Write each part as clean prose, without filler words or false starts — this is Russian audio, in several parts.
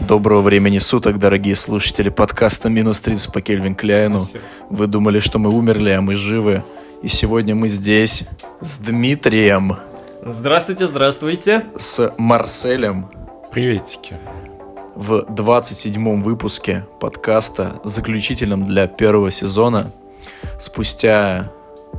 Доброго времени суток, дорогие слушатели подкаста «Минус 30 по Кельвин Кляйну». Вы думали, что мы умерли, а мы живы. И сегодня мы здесь с Дмитрием. Здравствуйте, здравствуйте. С Марселем. Приветики. В 27-м выпуске подкаста, заключительном для первого сезона, спустя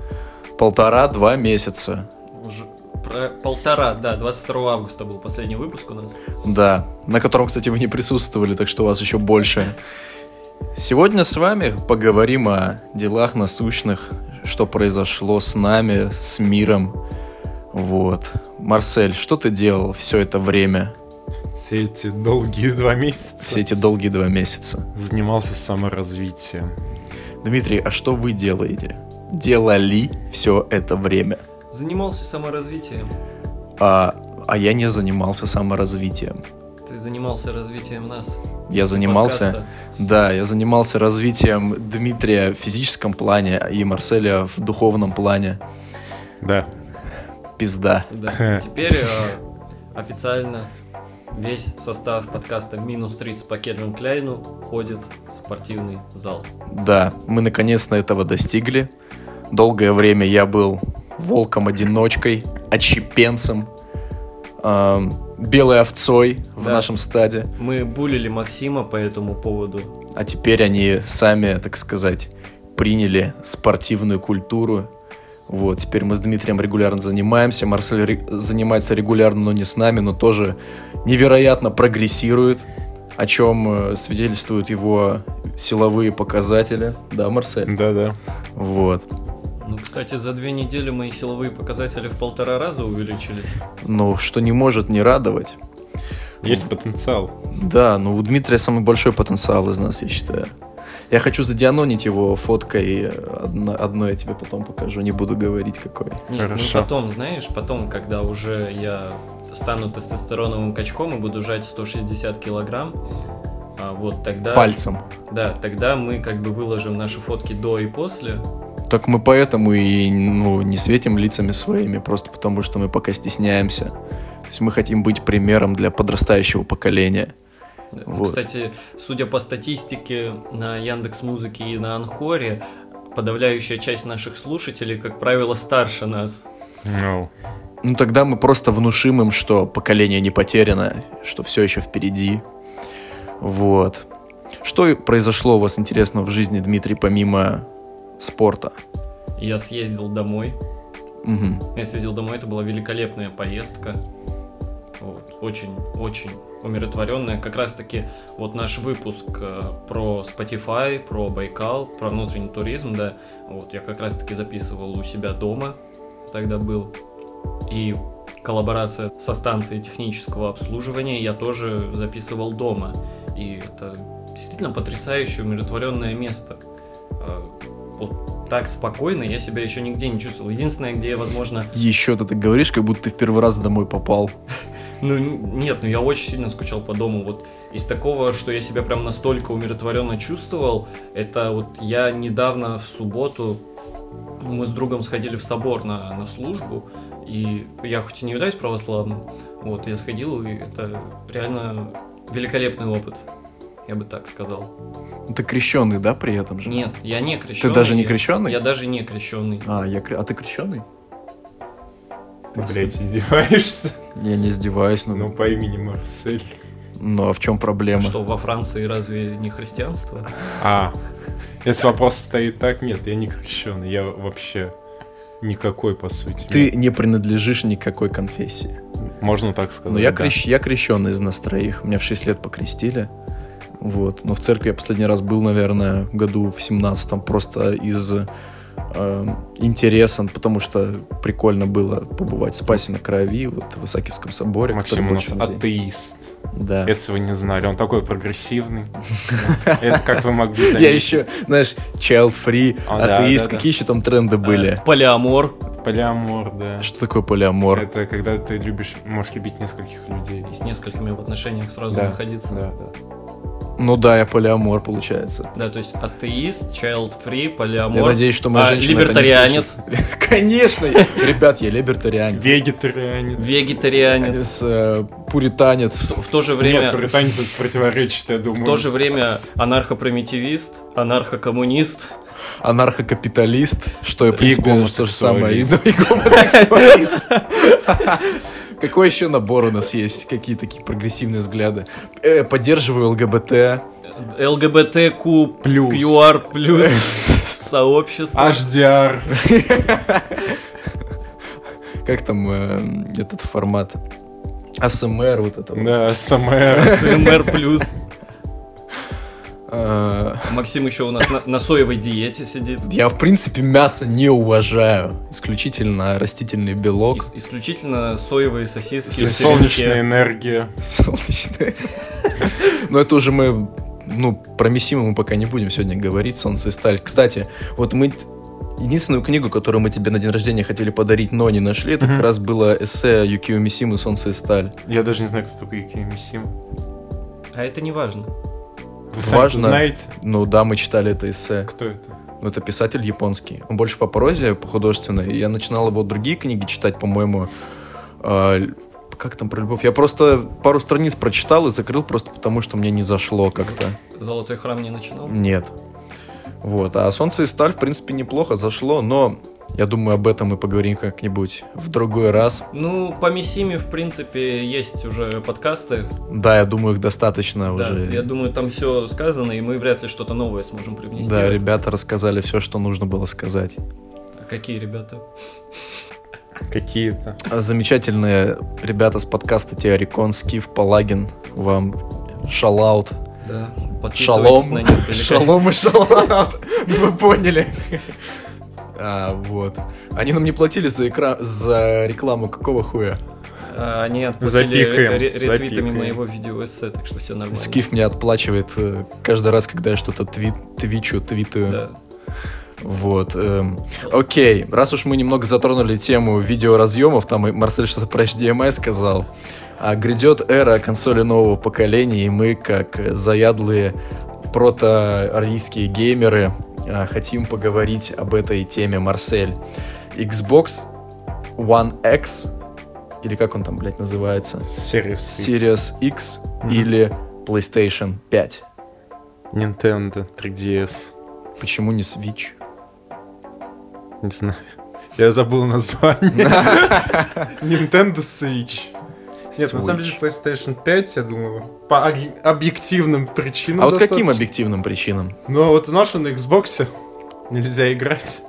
1,5-2 месяца. Уже полтора, 22 августа был последний выпуск у нас. Да, на котором, кстати, вы не присутствовали, так что у вас еще больше. Сегодня с вами поговорим о делах насущных, что произошло с нами, с миром. Вот. Марсель, что ты делал все это время? Все эти долгие 2 месяца. Занимался саморазвитием. Дмитрий, а что вы делаете? Делали все это время? Занимался саморазвитием. А я не занимался саморазвитием. Ты занимался развитием нас. Я занимался, подкаста. да, я занимался развитием Дмитрия в физическом плане и Марселя в духовном плане. Да. Пизда. Да. Теперь официально весь состав подкаста «Минус 30 по Кельвин Кляйну» входит в спортивный зал. Да, мы наконец-то этого достигли. Долгое время я был волком-одиночкой, отщепенцем, белой овцой в нашем стаде. Мы булили Максима по этому поводу. А теперь они сами, так сказать, приняли спортивную культуру. Вот, теперь мы с Дмитрием регулярно занимаемся. Марсель занимается регулярно, но не с нами, но тоже невероятно прогрессирует, о чем свидетельствуют его силовые показатели. Да, Марсель? Да. Вот. Ну, кстати, за 2 недели мои силовые показатели в 1,5 раза увеличились. Ну, что не может не радовать. Есть потенциал. Да, ну у Дмитрия самый большой потенциал из нас, я считаю. Я хочу задианонить его фоткой. Одной я тебе потом покажу, не буду говорить какой. Нет, Хорошо. ну потом, знаешь, когда уже я стану тестостероновым качком и буду жать 160 килограмм, вот тогда... Пальцем. Да, тогда мы как бы выложим наши фотки до и после. Так мы поэтому и не светим лицами своими, просто потому что мы пока стесняемся. То есть мы хотим быть примером для подрастающего поколения. Вот. Кстати, судя по статистике на Яндекс.Музыке и на Анхоре, подавляющая часть наших слушателей, как правило, старше нас. No. Ну тогда мы просто внушим им, что поколение не потеряно, что все еще впереди. Вот. Что произошло у вас интересного в жизни, Дмитрий, помимо спорта? Я съездил домой. Угу. Я съездил домой, это была великолепная поездка. Вот. Очень умиротворенная. Как раз таки вот наш выпуск про Spotify, про Байкал, про внутренний туризм, да. Вот я как раз таки записывал у себя дома, тогда был. И коллаборация со станцией технического обслуживания я тоже записывал дома. И это действительно потрясающее умиротворенное место. Вот так спокойно я себя еще нигде не чувствовал. Единственное, где я, возможно... Еще ты так говоришь, как будто ты в первый раз домой попал. Ну нет, я очень сильно скучал по дому. Вот из такого, что я себя прям настолько умиротворенно чувствовал, это вот я недавно в субботу, мы с другом сходили в собор на службу, и я хоть и не являюсь православным, вот я сходил, и это реально великолепный опыт, я бы так сказал. Ты крещеный, да, при этом же? Нет, я не крещеный. Ты даже не крещеный? Я даже не крещеный. А ты крещеный? Ты, блядь, издеваешься? Я не издеваюсь, Ну, по имени Марсель. Ну, а в чем проблема? Что, во Франции разве не христианство? Если вопрос стоит так, нет, я не крещеный, я вообще никакой, по сути. Ты не принадлежишь никакой конфессии. Можно так сказать. Но я крещеный из нас троих. Меня в 6 лет покрестили. Вот. Но в церкви я последний раз был, наверное, году в 17-м, просто из интереса, потому что прикольно было побывать в Спасе на Крови, вот в Исаакиевском соборе. Максим у нас атеист. Да. Если вы не знали, он такой прогрессивный. Это как вы могли заметить. Я еще, знаешь, child-free, атеист, какие еще там тренды были? Полиамор. Полиамор, да. Что такое полиамор? Это когда ты можешь любить нескольких людей. И с несколькими в отношениях сразу находиться. Да. Ну да, я полиамор, получается. Да, то есть атеист, child-free, полиамор. Я надеюсь, что моя женщина либертарианец. это не слышит. Конечно, ребят, я либертарианец. Вегетарианец. Пуританец. В то же время... Нет, пуританец это противоречит, я думаю. В то же время анархопримитивист, анархокоммунист. Анархокапиталист, что я, в И принципе, то же самое. И гомосексуалист. гомосексуалист. Какой еще набор у нас есть? Какие такие прогрессивные взгляды? Поддерживаю ЛГБТ. ЛГБТQ Плюс. QR плюс сообщество. HDR. Как там этот формат? АСМР, вот это вот. Да, СМР. СМР плюс. А, Максим еще у нас на соевой диете сидит. Я, в принципе, мясо не уважаю. Исключительно растительный белок. Исключительно соевые сосиски. Солнечная энергия. Солнечное. Но это уже мы... Ну, про Мисиму мы пока не будем сегодня говорить. Солнце и сталь. Кстати, вот мы... Единственную книгу, которую мы тебе на день рождения хотели подарить, но не нашли, это как раз было эссе Юкио Мисимы «Солнце и сталь». Я даже не знаю, кто такой Юкио Мисима. А это не важно. Вы сами Важно. знаете, Ну да, мы читали это эссе. кто это? Ну, это писатель японский. Он больше по прозе, по художественной. Я начинал его другие книги читать, по-моему. Как там про любовь? Я просто пару страниц прочитал и закрыл просто потому, что мне не зашло как-то. Золотой храм не начинал? Нет. Вот. А «Солнце и сталь», в принципе, неплохо зашло, но я думаю, об этом мы поговорим как-нибудь в другой раз. Ну, по Мисиме, в принципе, есть уже подкасты. Да, я думаю, их достаточно Да, уже. я думаю, там все сказано, и мы вряд ли что-то новое сможем привнести. Да, ребята рассказали все, что нужно было сказать. А какие ребята? Какие-то. Замечательные ребята с подкаста Теорикон, Скиф, Палагин. Вам шалаут. Да. Шалом. Подписывайтесь на них. или как? Шалом и шалаут. Вы поняли. Вот. Они нам не платили за рекламу, какого хуя? Они отплатили Запикаем, ретвитами запикаем. моего видео-эссе, так что все нормально. Скиф мне отплачивает каждый раз, когда я что-то твитаю. Да. Вот. Окей, раз уж мы немного затронули тему видеоразъемов, там и Марсель что-то про HDMI сказал, грядет эра консоли нового поколения, и мы, как заядлые прото-арийские геймеры, хотим поговорить об этой теме, Марсель. Xbox One X, или как он там, блядь, называется? Series X или PlayStation 5. Nintendo 3DS. Почему не Switch? Не знаю. Я забыл название. Nintendo Switch. Нет, на самом деле PlayStation 5, я думаю, по объективным причинам. А вот каким достаточно. объективным причинам? Ну, вот знаешь, что на Xbox нельзя играть.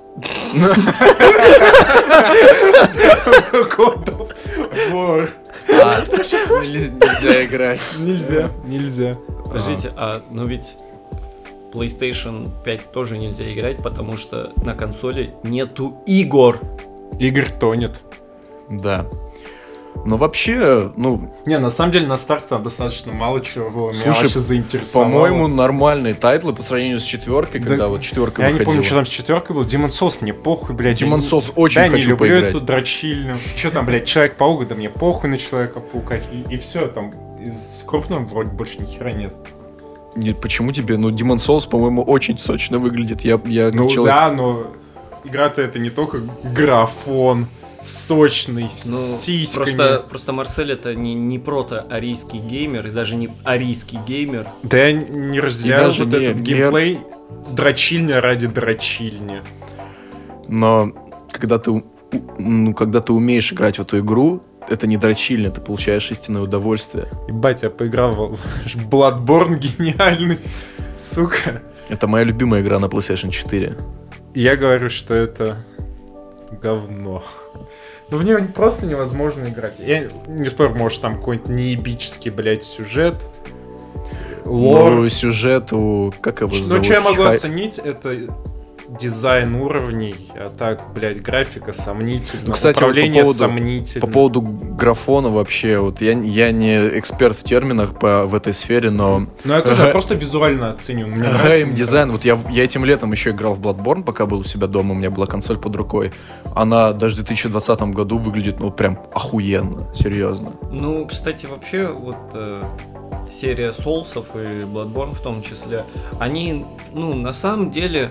God of War. Нельзя играть. Нельзя. Подождите, ну ведь PlayStation 5 тоже нельзя играть, потому что на консоли нету игр. Игорь тонет. Да. Но вообще, ну, Не, на самом деле на старте там достаточно мало чего было. Меня Слушай, вообще заинтересовало. по-моему, нормальные тайтлы по сравнению с четверкой, Да, когда вот четверка Я не выходила. помню, что там с четверкой был. Demon's Souls, мне похуй, блядь. Demon's Souls очень да, хочу не люблю поиграть. эту дрочильню. Что там, блядь, Человек-паук, да мне похуй на Человека-паука. И все, там из крупного вроде больше ни хера нет. Нет, почему тебе? Ну, Demon's Souls, по-моему, очень сочно выглядит. Я Ну человек... да, но игра-то это не только графон сочный, с Ну, сиськами. просто Марсель это не прото-арийский геймер, и даже не арийский геймер. Да я не разделяю даже вот не- этот не- геймплей дрочильня ради дрочильни. Но когда ты, когда ты умеешь играть в эту игру, это не дрочильня, ты получаешь истинное удовольствие. Ебать, я поиграл в Bloodborne гениальный, сука. Это моя любимая игра на PlayStation 4. Я говорю, что это говно. Ну, в нее просто невозможно играть. Я не спорю, может, там какой-нибудь неебический, блядь, сюжет, лор. Ну, сюжету, как его зовут? Ну, что я могу Хай- оценить, это дизайн уровней, а так, блядь, графика сомнительна, Ну, кстати, вот по управление поводу- сомнительно. По поводу графона вообще, вот я не эксперт в терминах в этой сфере, но Ну, я тоже просто визуально оценю. Мне нравится, мне гейм-дизайн, вот нравится. я этим летом еще играл в Bloodborne, пока был у себя дома, у меня была консоль под рукой. Она даже в 2020 году выглядит, ну, прям охуенно, серьезно. Ну, кстати, вообще, вот серия Souls'ов и Bloodborne в том числе, они, на самом деле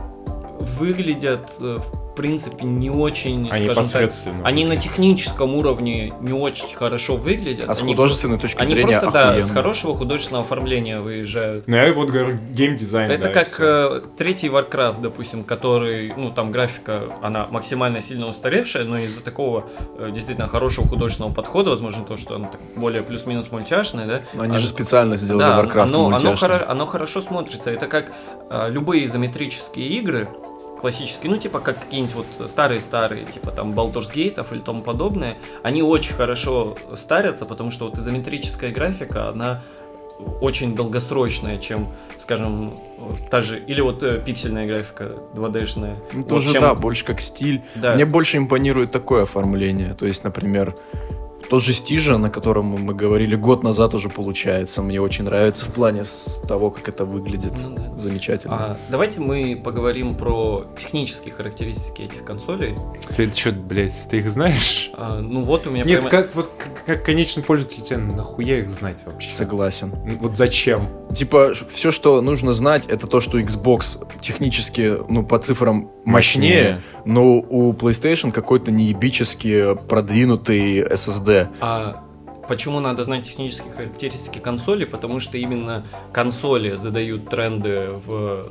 выглядят в принципе не очень, они скажем посредственно. так, они на техническом уровне не очень хорошо выглядят. А с художественной точки зрения они просто, охуенно. с хорошего художественного оформления выезжают. Ну, я вот говорю, геймдизайн. Это как третий Warcraft, допустим, который, там графика, она максимально сильно устаревшая, но из-за такого действительно хорошего художественного подхода, возможно, то, что она более плюс-минус мультяшная, да? Они же специально сделали Warcraft мультяшным. Оно хорошо смотрится. Это как любые изометрические игры, классические, типа как какие-нибудь вот старые-старые, типа там Baldur's Gate или тому подобное, они очень хорошо старятся, потому что вот изометрическая графика, она очень долгосрочная, чем, скажем, та же, или вот пиксельная графика 2D-шная. Тоже, чем... да, больше как стиль. Да. Мне больше импонирует такое оформление. То есть, например, тот же Стижа, на котором мы говорили год назад, уже получается. Мне очень нравится в плане того, как это выглядит. Да. Замечательно. Давайте мы поговорим про технические характеристики этих консолей. Ты что, блядь, ты их знаешь? Вот у меня Нет, прямо... как конечный пользователь, тебе нахуя их знать вообще? Согласен. Вот зачем? Типа, все, что нужно знать, это то, что Xbox технически, по цифрам мощнее, но у PlayStation какой-то неебически продвинутый SSD. Почему надо знать технические характеристики консоли? Потому что именно консоли задают тренды в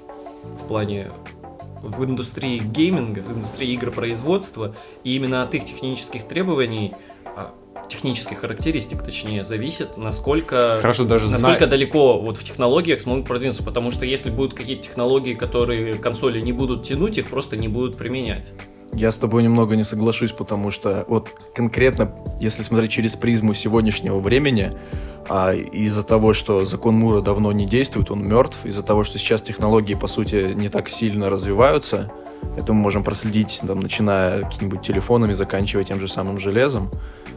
плане в индустрии гейминга, в индустрии игропроизводства, и именно от их технических требований, технических характеристик, точнее, зависит, насколько далеко вот в технологиях смогут продвинуться, потому что если будут какие-то технологии, которые консоли не будут тянуть, их просто не будут применять. Я с тобой немного не соглашусь, потому что вот конкретно, если смотреть через призму сегодняшнего времени, из-за того, что закон Мура давно не действует, он мертв, из-за того, что сейчас технологии, по сути, не так сильно развиваются, это мы можем проследить, начиная какими-нибудь телефонами, заканчивая тем же самым железом.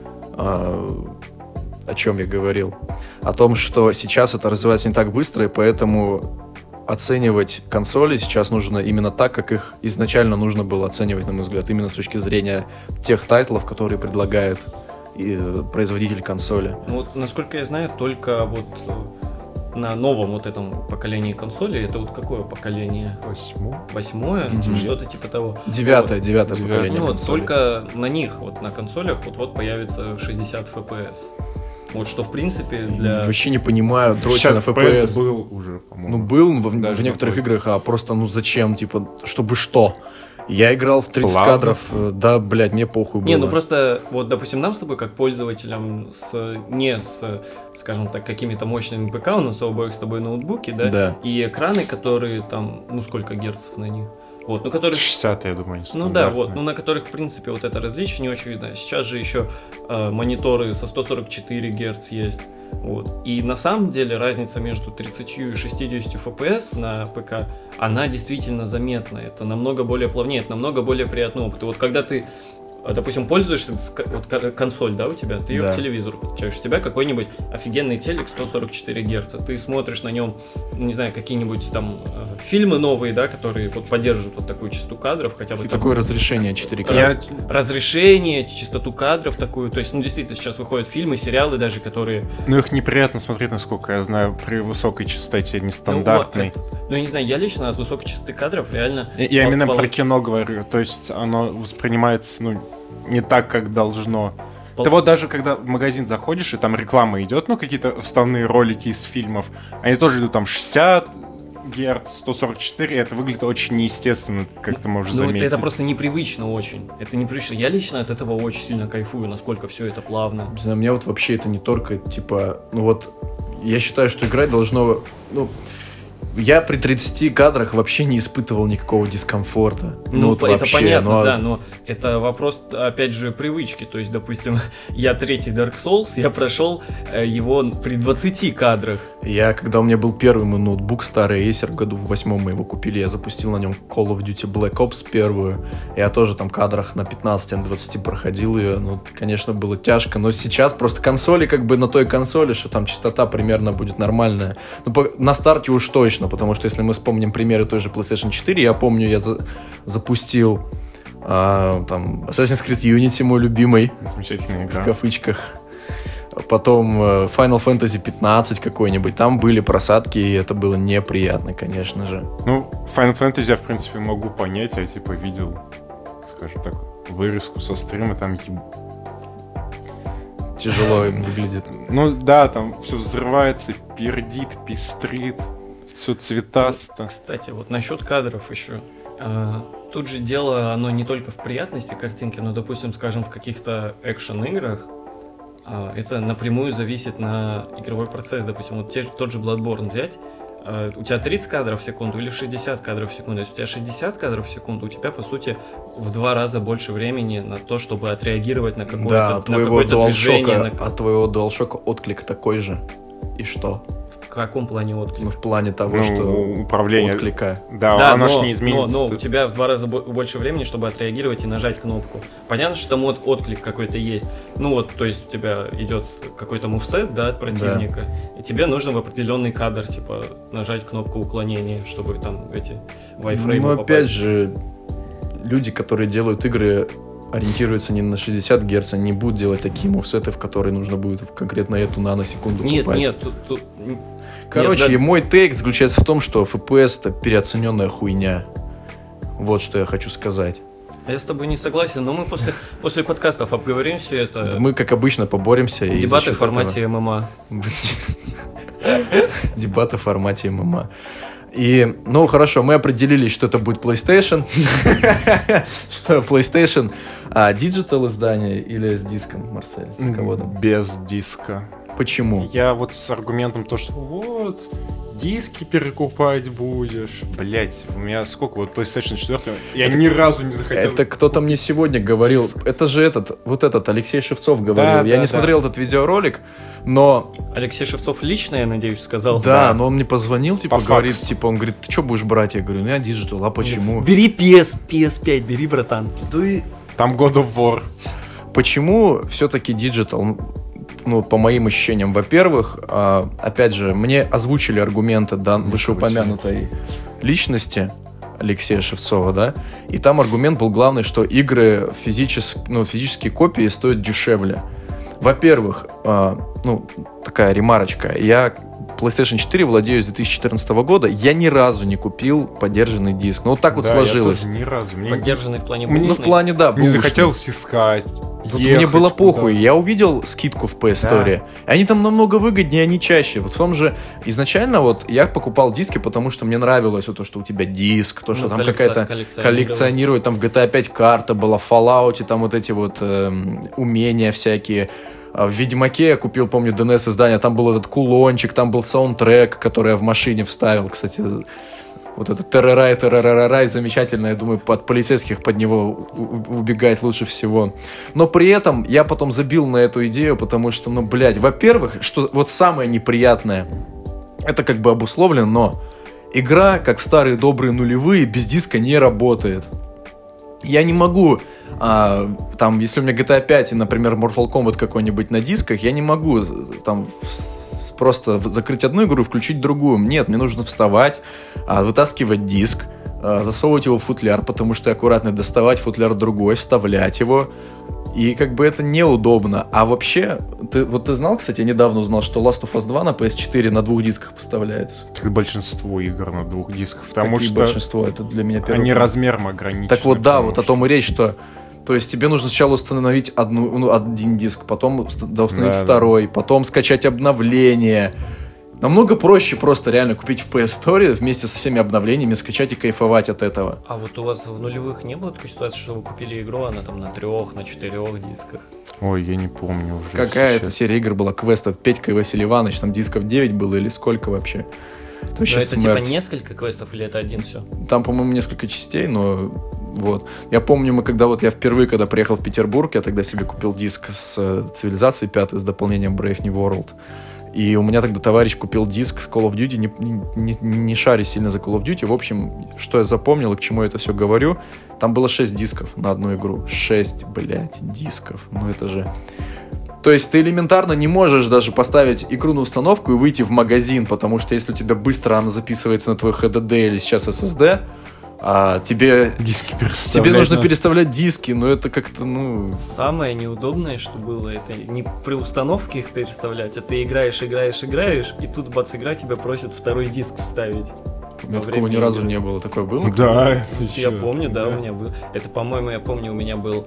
О чем я говорил? О том, что сейчас это развивается не так быстро, и поэтому оценивать консоли сейчас нужно именно так, как их изначально нужно было оценивать, на мой взгляд, именно с точки зрения тех тайтлов, которые предлагает производитель консоли. Насколько я знаю, только на новом этом поколении консолей, это какое поколение? Восьмое? Что-то типа того. Девятое поколение консолей. Только на них, на консолях, появится 60 FPS. Что, в принципе, для... Вообще не понимаю, дрочь на FPS. Был уже, по-моему. Был в некоторых играх, а просто, зачем, чтобы что? Я играл в 30 кадров, да, блядь, мне похуй было. Просто, допустим, нам с тобой, как пользователям, скажем так, какими-то мощными ПК, у нас у обоих с тобой ноутбуки, да? И экраны, которые там, сколько герцев на них? Которые... 60, я думаю, стандартные. на которых, в принципе, это различие не очень видно. Сейчас же еще мониторы со 144 Гц есть. И на самом деле разница между 30 и 60 FPS на ПК, она действительно заметна. Это намного более плавнее, это намного более приятный опыт. И когда ты, допустим, пользуешься консоль, да, у тебя, ты ее к телевизору подключаешь, у тебя какой-нибудь офигенный телек 144 Гц, ты смотришь на нем, не знаю, какие-нибудь там фильмы новые, да, которые поддерживают такую частоту кадров, хотя бы. И такое разрешение 4К. Разрешение, частоту кадров такую, то есть, действительно, сейчас выходят фильмы, сериалы даже, которые... их неприятно смотреть, насколько я знаю, при высокой частоте, нестандартной. Я не знаю, я лично от высокой частоты кадров реально... Я именно про кино говорю, то есть оно воспринимается, не так, как должно. Ты даже когда в магазин заходишь, и там реклама идет, какие-то вставные ролики из фильмов, они тоже идут там 60 Гц, 144, это выглядит очень неестественно, как ты можешь заметить. Это просто непривычно очень. Это непривычно. Я лично от этого очень сильно кайфую, насколько все это плавно. Не знаю, меня вообще это не торкает, я считаю, что играть должно, я при 30 кадрах вообще не испытывал никакого дискомфорта. Это вообще, понятно, да, но это вопрос, опять же, привычки. То есть, допустим, я третий Dark Souls, я прошел его при 20 кадрах. Когда у меня был первый мой ноутбук, старый Acer, в году в 8-м мы его купили, я запустил на нем Call of Duty Black Ops первую. Я тоже там кадрах на 15-20 проходил ее. Конечно, было тяжко, но сейчас просто консоли на той консоли, что там частота примерно будет нормальная. На старте уж точно, потому что если мы вспомним примеры той же PlayStation 4, я помню, я запустил Assassin's Creed Unity, мой любимый. Замечательная игра. В кавычках. Потом Final Fantasy 15 какой-нибудь. Там были просадки, и это было неприятно, конечно же. Ну, Final Fantasy я, в принципе, могу понять. Я, типа, видел, скажем так, вырезку со стрима, там Тяжело им выглядит. Ну да, там все взрывается, пердит, пестрит, все цветасто. Кстати, вот насчет кадров еще. Тут же дело, оно не только в приятности картинки, но, допустим, скажем, в каких-то экшен-играх это напрямую зависит на игровой процесс. Допустим, вот тот же Bloodborne взять, у тебя 30 кадров в секунду или 60 кадров в секунду. Если у тебя 60 кадров в секунду, у тебя, по сути, в 2 раза больше времени на то, чтобы отреагировать на какое-то, Да, на какое-то движение. от твоего DualShock отклик такой же. И что? В каком плане отклик? Ну, в плане того, что управление отклика. Да, оно же не изменится. Но у тебя в 2 раза больше времени, чтобы отреагировать и нажать кнопку. Понятно, что там отклик какой-то есть. Ну вот, то есть у тебя идет какой-то мувсет, да, от противника, и тебе нужно в определенный кадр, типа, нажать кнопку уклонения, чтобы там эти вайфреймы Но попасть. опять же, люди, которые делают игры, ориентируются не на 60 Гц, они не будут делать такие мувсеты, в которые нужно будет в конкретно эту наносекунду попасть. Нет, Короче, нет, да. мой тейк заключается в том, что FPS — это переоцененная хуйня. Вот что я хочу сказать. Я с тобой не согласен, но мы после подкастов обговорим все это. Мы, как обычно, поборемся. И за Дебаты счет в формате ММА. Дебаты в формате ММА. И, ну, хорошо, мы определились, что это будет PlayStation. Что PlayStation диджитал издание или с диском, Марсель, с дисководом? Без диска. Почему? Я вот с аргументом то, что вот, диски перекупать будешь. Блять, у меня сколько, вот PlayStation 4, я ни разу не захотел. Это кто-то мне сегодня говорил, Диск. это же этот Алексей Шевцов говорил. Да, Я да, не смотрел этот видеоролик, но... Алексей Шевцов лично, я надеюсь, сказал. Да, но он мне позвонил, типа, По говорит, факсу. типа, он говорит, ты что будешь брать? Я говорю, ну я диджитал, а почему? Бери PS5, бери, братан. Да и Там God of War. почему все-таки диджитал? Ну, по моим ощущениям, во-первых, опять же, мне озвучили аргументы вышеупомянутой личности Алексея Шевцова, да, и там аргумент был главный, что игры физические копии стоят дешевле. Во-первых, такая ремарочка, я PlayStation 4 владею с 2014 года, я ни разу не купил подержанный диск. Ну, вот так вот Да, сложилось. Я тоже ни разу. Поддержанный в плане Ну, в бэушный. плане, да, Не бэушный. захотелось искать. Вот мне было похуй, я увидел скидку в PS Store. Они там намного выгоднее, они чаще. Вот в том же, изначально вот я покупал диски, потому что мне нравилось вот то, что у тебя диск, то, что там какая-то коллекционировать, там в GTA 5 карта была, в Fallout, там вот эти вот умения всякие. В Ведьмаке я купил, помню, DNS издание, там был этот кулончик, там был саундтрек, который я в машине вставил, кстати. Вот этот террорай, замечательно, я думаю, от полицейских под него убегать лучше всего. Но при этом я потом забил на эту идею, потому что, во-первых, что вот самое неприятное, это как бы обусловлено, но игра, как в старые добрые нулевые, без диска не работает. Я не могу, если у меня GTA 5 и, например, Mortal Kombat какой-нибудь на дисках, я не могу там просто закрыть одну игру и включить другую. Нет, мне нужно вставать, вытаскивать диск, засовывать его в футляр, потому что аккуратно доставать футляр другой, вставлять его. И как бы это неудобно. А вообще, ты знал, кстати, я недавно узнал, что Last of Us 2 на PS4 на 2 дисках поставляется. Как большинство игр на 2 дисках, потому Какие что большинство? Это для меня первый. они размером ограничены. Так вот, да, вот о том и речь, что... То есть тебе нужно сначала установить один диск, потом установить второй, потом скачать обновление. Намного проще просто реально купить в PS Store вместе со всеми обновлениями, скачать и кайфовать от этого. А вот у вас в нулевых не было такой ситуации, что вы купили игру, она там на 3, на 4 дисках? Ой, я не помню уже. Какая это серия игр была? Квестов Петька и Василий Иванович, там дисков 9 было или сколько вообще? Это вообще это смерть. типа несколько квестов или это один все? Там, по-моему, несколько частей, но вот. Я помню, я впервые, когда приехал в Петербург, я тогда себе купил диск с Цивилизацией 5 с дополнением Brave New World. И у меня тогда товарищ купил диск с Call of Duty, не шаря сильно за Call of Duty. В общем, что я запомнил и к чему я это все говорю, там было 6 дисков на одну игру. 6, дисков. Ну это же... То есть ты элементарно не можешь даже поставить игру на установку и выйти в магазин, потому что если у тебя быстро она записывается на твой HDD или сейчас SSD, А тебе Диски переставлять. Тебе нужно переставлять диски, но это как-то, Самое неудобное, что было, это не при установке их переставлять, а ты играешь, и тут бац, игра тебя просит второй диск вставить. у меня такого ни разу не было. Такое было? Да, это Я чё? помню, да, у меня был. Это, по-моему, я помню, у меня был...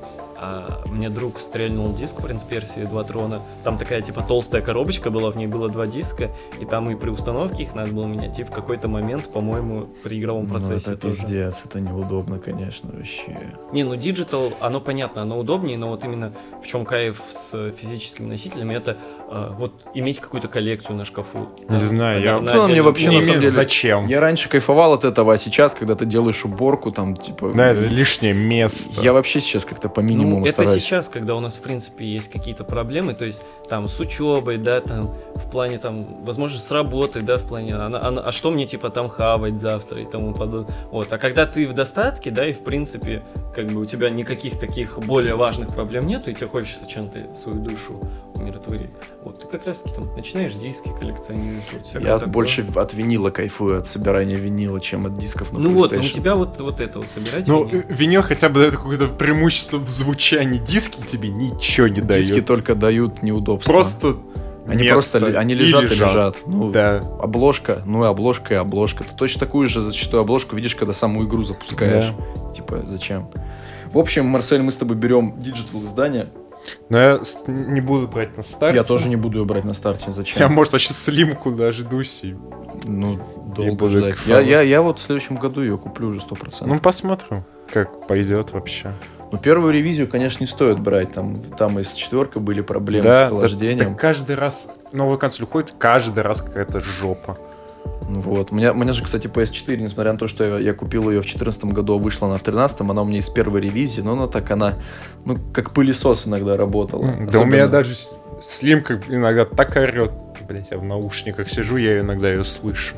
мне друг стрельнул диск в Принц Персии 2 трона. Там такая, типа, толстая коробочка была, в ней было 2 диска, и там и при установке их надо было менять, и в какой-то момент, по-моему, при игровом процессе это тоже. пиздец, это неудобно, конечно, вообще. Не, ну Digital, оно понятно, оно удобнее, но вот именно в чем кайф с физическими носителями, это вот иметь какую-то коллекцию на шкафу. Не знаю, я... Ну, мне вообще, не на самом имею, деле, зачем? Я раньше кайфовал от этого, а сейчас, когда ты делаешь уборку, там, типа... Да, это лишнее место. Я вообще сейчас как-то по минимуму Ну, это стараюсь. сейчас, когда у нас, в принципе, есть какие-то проблемы, то есть там с учебой, да, там в плане там, возможно, с работой, да, в плане, а что мне типа там хавать завтра и тому подобное. Вот, а когда ты в достатке, да, и в принципе, как бы у тебя никаких таких более важных проблем нету, и тебе хочется чем-то свою душу умиротворить. Вот, ты как раз таки там начинаешь диски коллекционировать. Вот, всякое Я такое. больше от винила кайфую, от собирания винила, чем от дисков на Ну вот, у PlayStation. тебя вот это вот собирать. Ну, винил. винил хотя бы дает какое-то преимущество в звучании. Диски тебе ничего не дают. Диски только дают неудобства. Просто Они место просто они и лежат и лежат. Ну, Да. обложка, ну и обложка, и обложка. Ты точно такую же зачастую обложку видишь, когда саму игру запускаешь. Типа, зачем? В общем, Марсель, мы с тобой берем диджитал издание. Но я не буду брать на старте. Я тоже не буду ее брать на старте. Зачем? Я, может, вообще слимку дождусь. И... Ну, И долго буду ждать. кайфовать. Я вот в следующем году ее куплю уже 100%. Ну, посмотрим, как пойдет вообще. Ну, первую ревизию, конечно, не стоит брать. Там и с 4 были проблемы с охлаждением. Да, каждый раз новая консоль уходит, каждый раз какая-то жопа. Вот. У меня же, кстати, PS4, несмотря на то, что я купил ее в 2014 году, а вышла она в 2013, она у меня из первой ревизии, но она как пылесос иногда работала. Да у Особенно- меня даже слимка иногда так орет. Блять, я в наушниках сижу, я иногда ее слышу.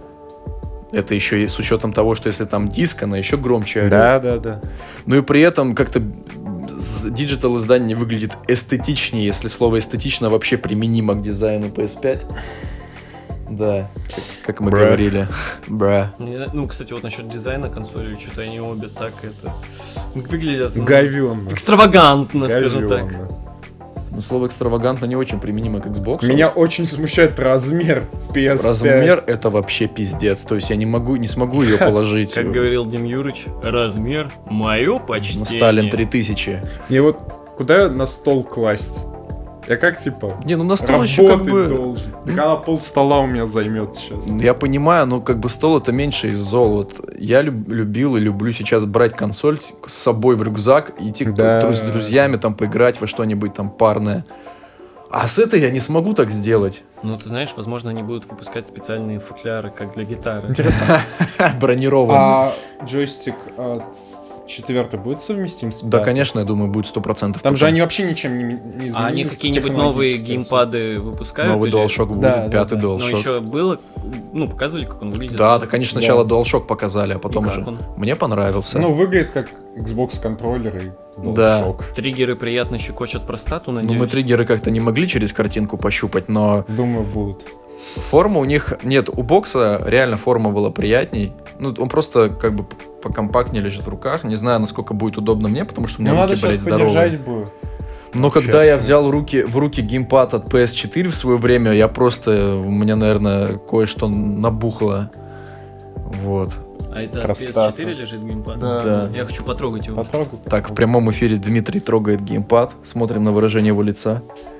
Это еще и с учетом того, что если там диск, она еще громче орет. Да. Ну и при этом как-то диджитал издание не выглядит эстетичнее, если слово эстетично вообще применимо к дизайну PS5. Да, как мы Бра. говорили. Бра. Не знаю, ну, кстати, вот насчет дизайна консоли, что-то они обе так это выглядят Говённо. экстравагантно, скажем так. Говённо. Но слово экстравагантно не очень применимо к Xbox. Меня очень смущает размер PS5. Размер это вообще пиздец. То есть я не смогу ее положить Как говорил Дим Юрыч, размер мое почтение. на Сталин 3000. И вот куда на стол класть? Я как типа Не, ну на стол еще как работать бы... должен. Так она пол стола у меня займет сейчас. Я понимаю, но как бы стол это меньше из зол. Вот я любил и люблю сейчас брать консоль с собой в рюкзак и идти Да. с друзьями там поиграть во что-нибудь там парное. А с этой я не смогу так сделать. Ну, ты знаешь, возможно, они будут выпускать специальные футляры, как для гитары. Интересно. Бронированный. А джойстик от 4 будет совместим с Да, пятым? конечно, я думаю, будет 100%. Там же потом. они вообще ничем не изменились. А они какие-нибудь новые технологически. геймпады выпускают? Новый или- DualShock будет, Да, да, пятый да. Но DualShock. еще было, ну, показывали, как он выглядит. Да, так они же сначала Да. DualShock показали, а потом И уже... как он? Мне понравился. Ну, выглядит как Xbox контроллер и Да. DualShock. Триггеры приятно щекочут простату, Ну, надеюсь. мы триггеры как-то не могли через картинку пощупать, но Думаю, будут. форма у них... Нет, у бокса реально форма была приятней. Ну, он просто как бы покомпактнее лежит в руках. Не знаю, насколько будет удобно мне, потому что у меня Ну, надо руки, блядь, сейчас здоровые. подержать будет. Но Вообще. когда я взял в руки геймпад от PS4 в свое время, у меня, наверное, кое-что набухло. Вот. А это Простата. PS4 лежит геймпад? Да. Я хочу потрогать его. Потрогай. Так, в прямом эфире Дмитрий трогает геймпад. Смотрим на выражение его лица.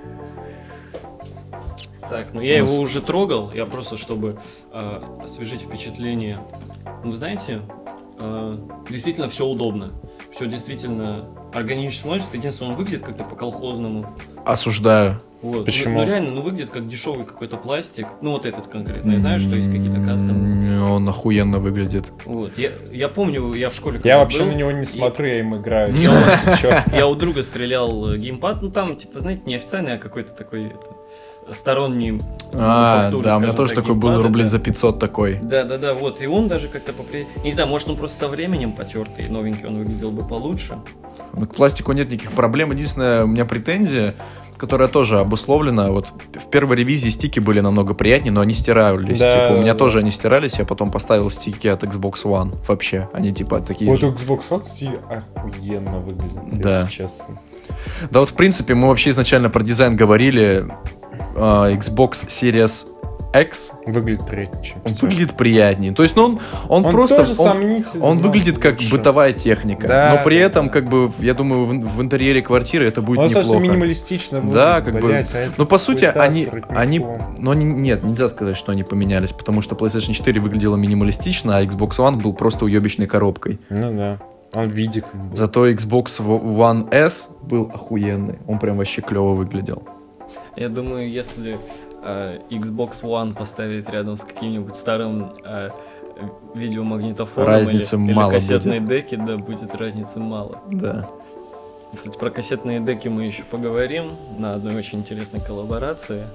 Так, ну я У нас- его уже трогал, я просто, чтобы освежить впечатление. Ну, вы знаете, действительно все удобно. Все действительно органично смотрится. Единственное, он выглядит как-то по-колхозному. Осуждаю. Вот. Почему? Ну, реально, выглядит как дешевый какой-то пластик. Ну, вот этот конкретно. Я знаю, что есть какие-то кастомные. Он охуенно выглядит. Вот. Я помню, я в школе Я когда вообще был, на него не смотрю, я им играю. Я я у друга стрелял геймпад. Ну, там, типа, знаете, не официальный, а какой-то такой сторонний. мануфактуры, Да, у меня скажем тоже так, такой был геймпады, рублей да. за 500 такой. Да, вот. И он даже как-то не знаю, может, он просто со временем потертый, новенький, он выглядел бы получше. Ну, к пластику нет никаких проблем. Единственная у меня претензия, которая тоже обусловлена. Вот в первой ревизии стики были намного приятнее, но они стирались. Да, типа, у меня да. тоже они стирались, я потом поставил стики от Xbox One вообще. Они типа такие Вот же. у Xbox One стиль охуенно выглядит, Да. если честно. Да вот в принципе мы вообще изначально про дизайн говорили. Xbox Series X, Выглядит приятнее, чем он всё. выглядит приятнее. То есть, ну, он просто... тоже он- сомнительный, Он но выглядит как лучше. бытовая техника, Да, но при да, этом, да. как бы, я думаю, в интерьере квартиры это будет Он достаточно неплохо. минималистично выглядит, Да, как бы. блядь, а это Ну, по сути, хуета с они, воротником. но нет, нельзя сказать, что они поменялись, потому что PlayStation 4 выглядела минималистично, а Xbox One был просто уебищной коробкой. Ну да, он видиком был. Зато Xbox One S был охуенный, он прям вообще клево выглядел. Я думаю, если Xbox One поставить рядом с каким-нибудь старым видеомагнитофоном Разницы или мало кассетной будет. деки, да, будет разницы мало. Да. Кстати, про кассетные деки мы еще поговорим на одной очень интересной коллаборации.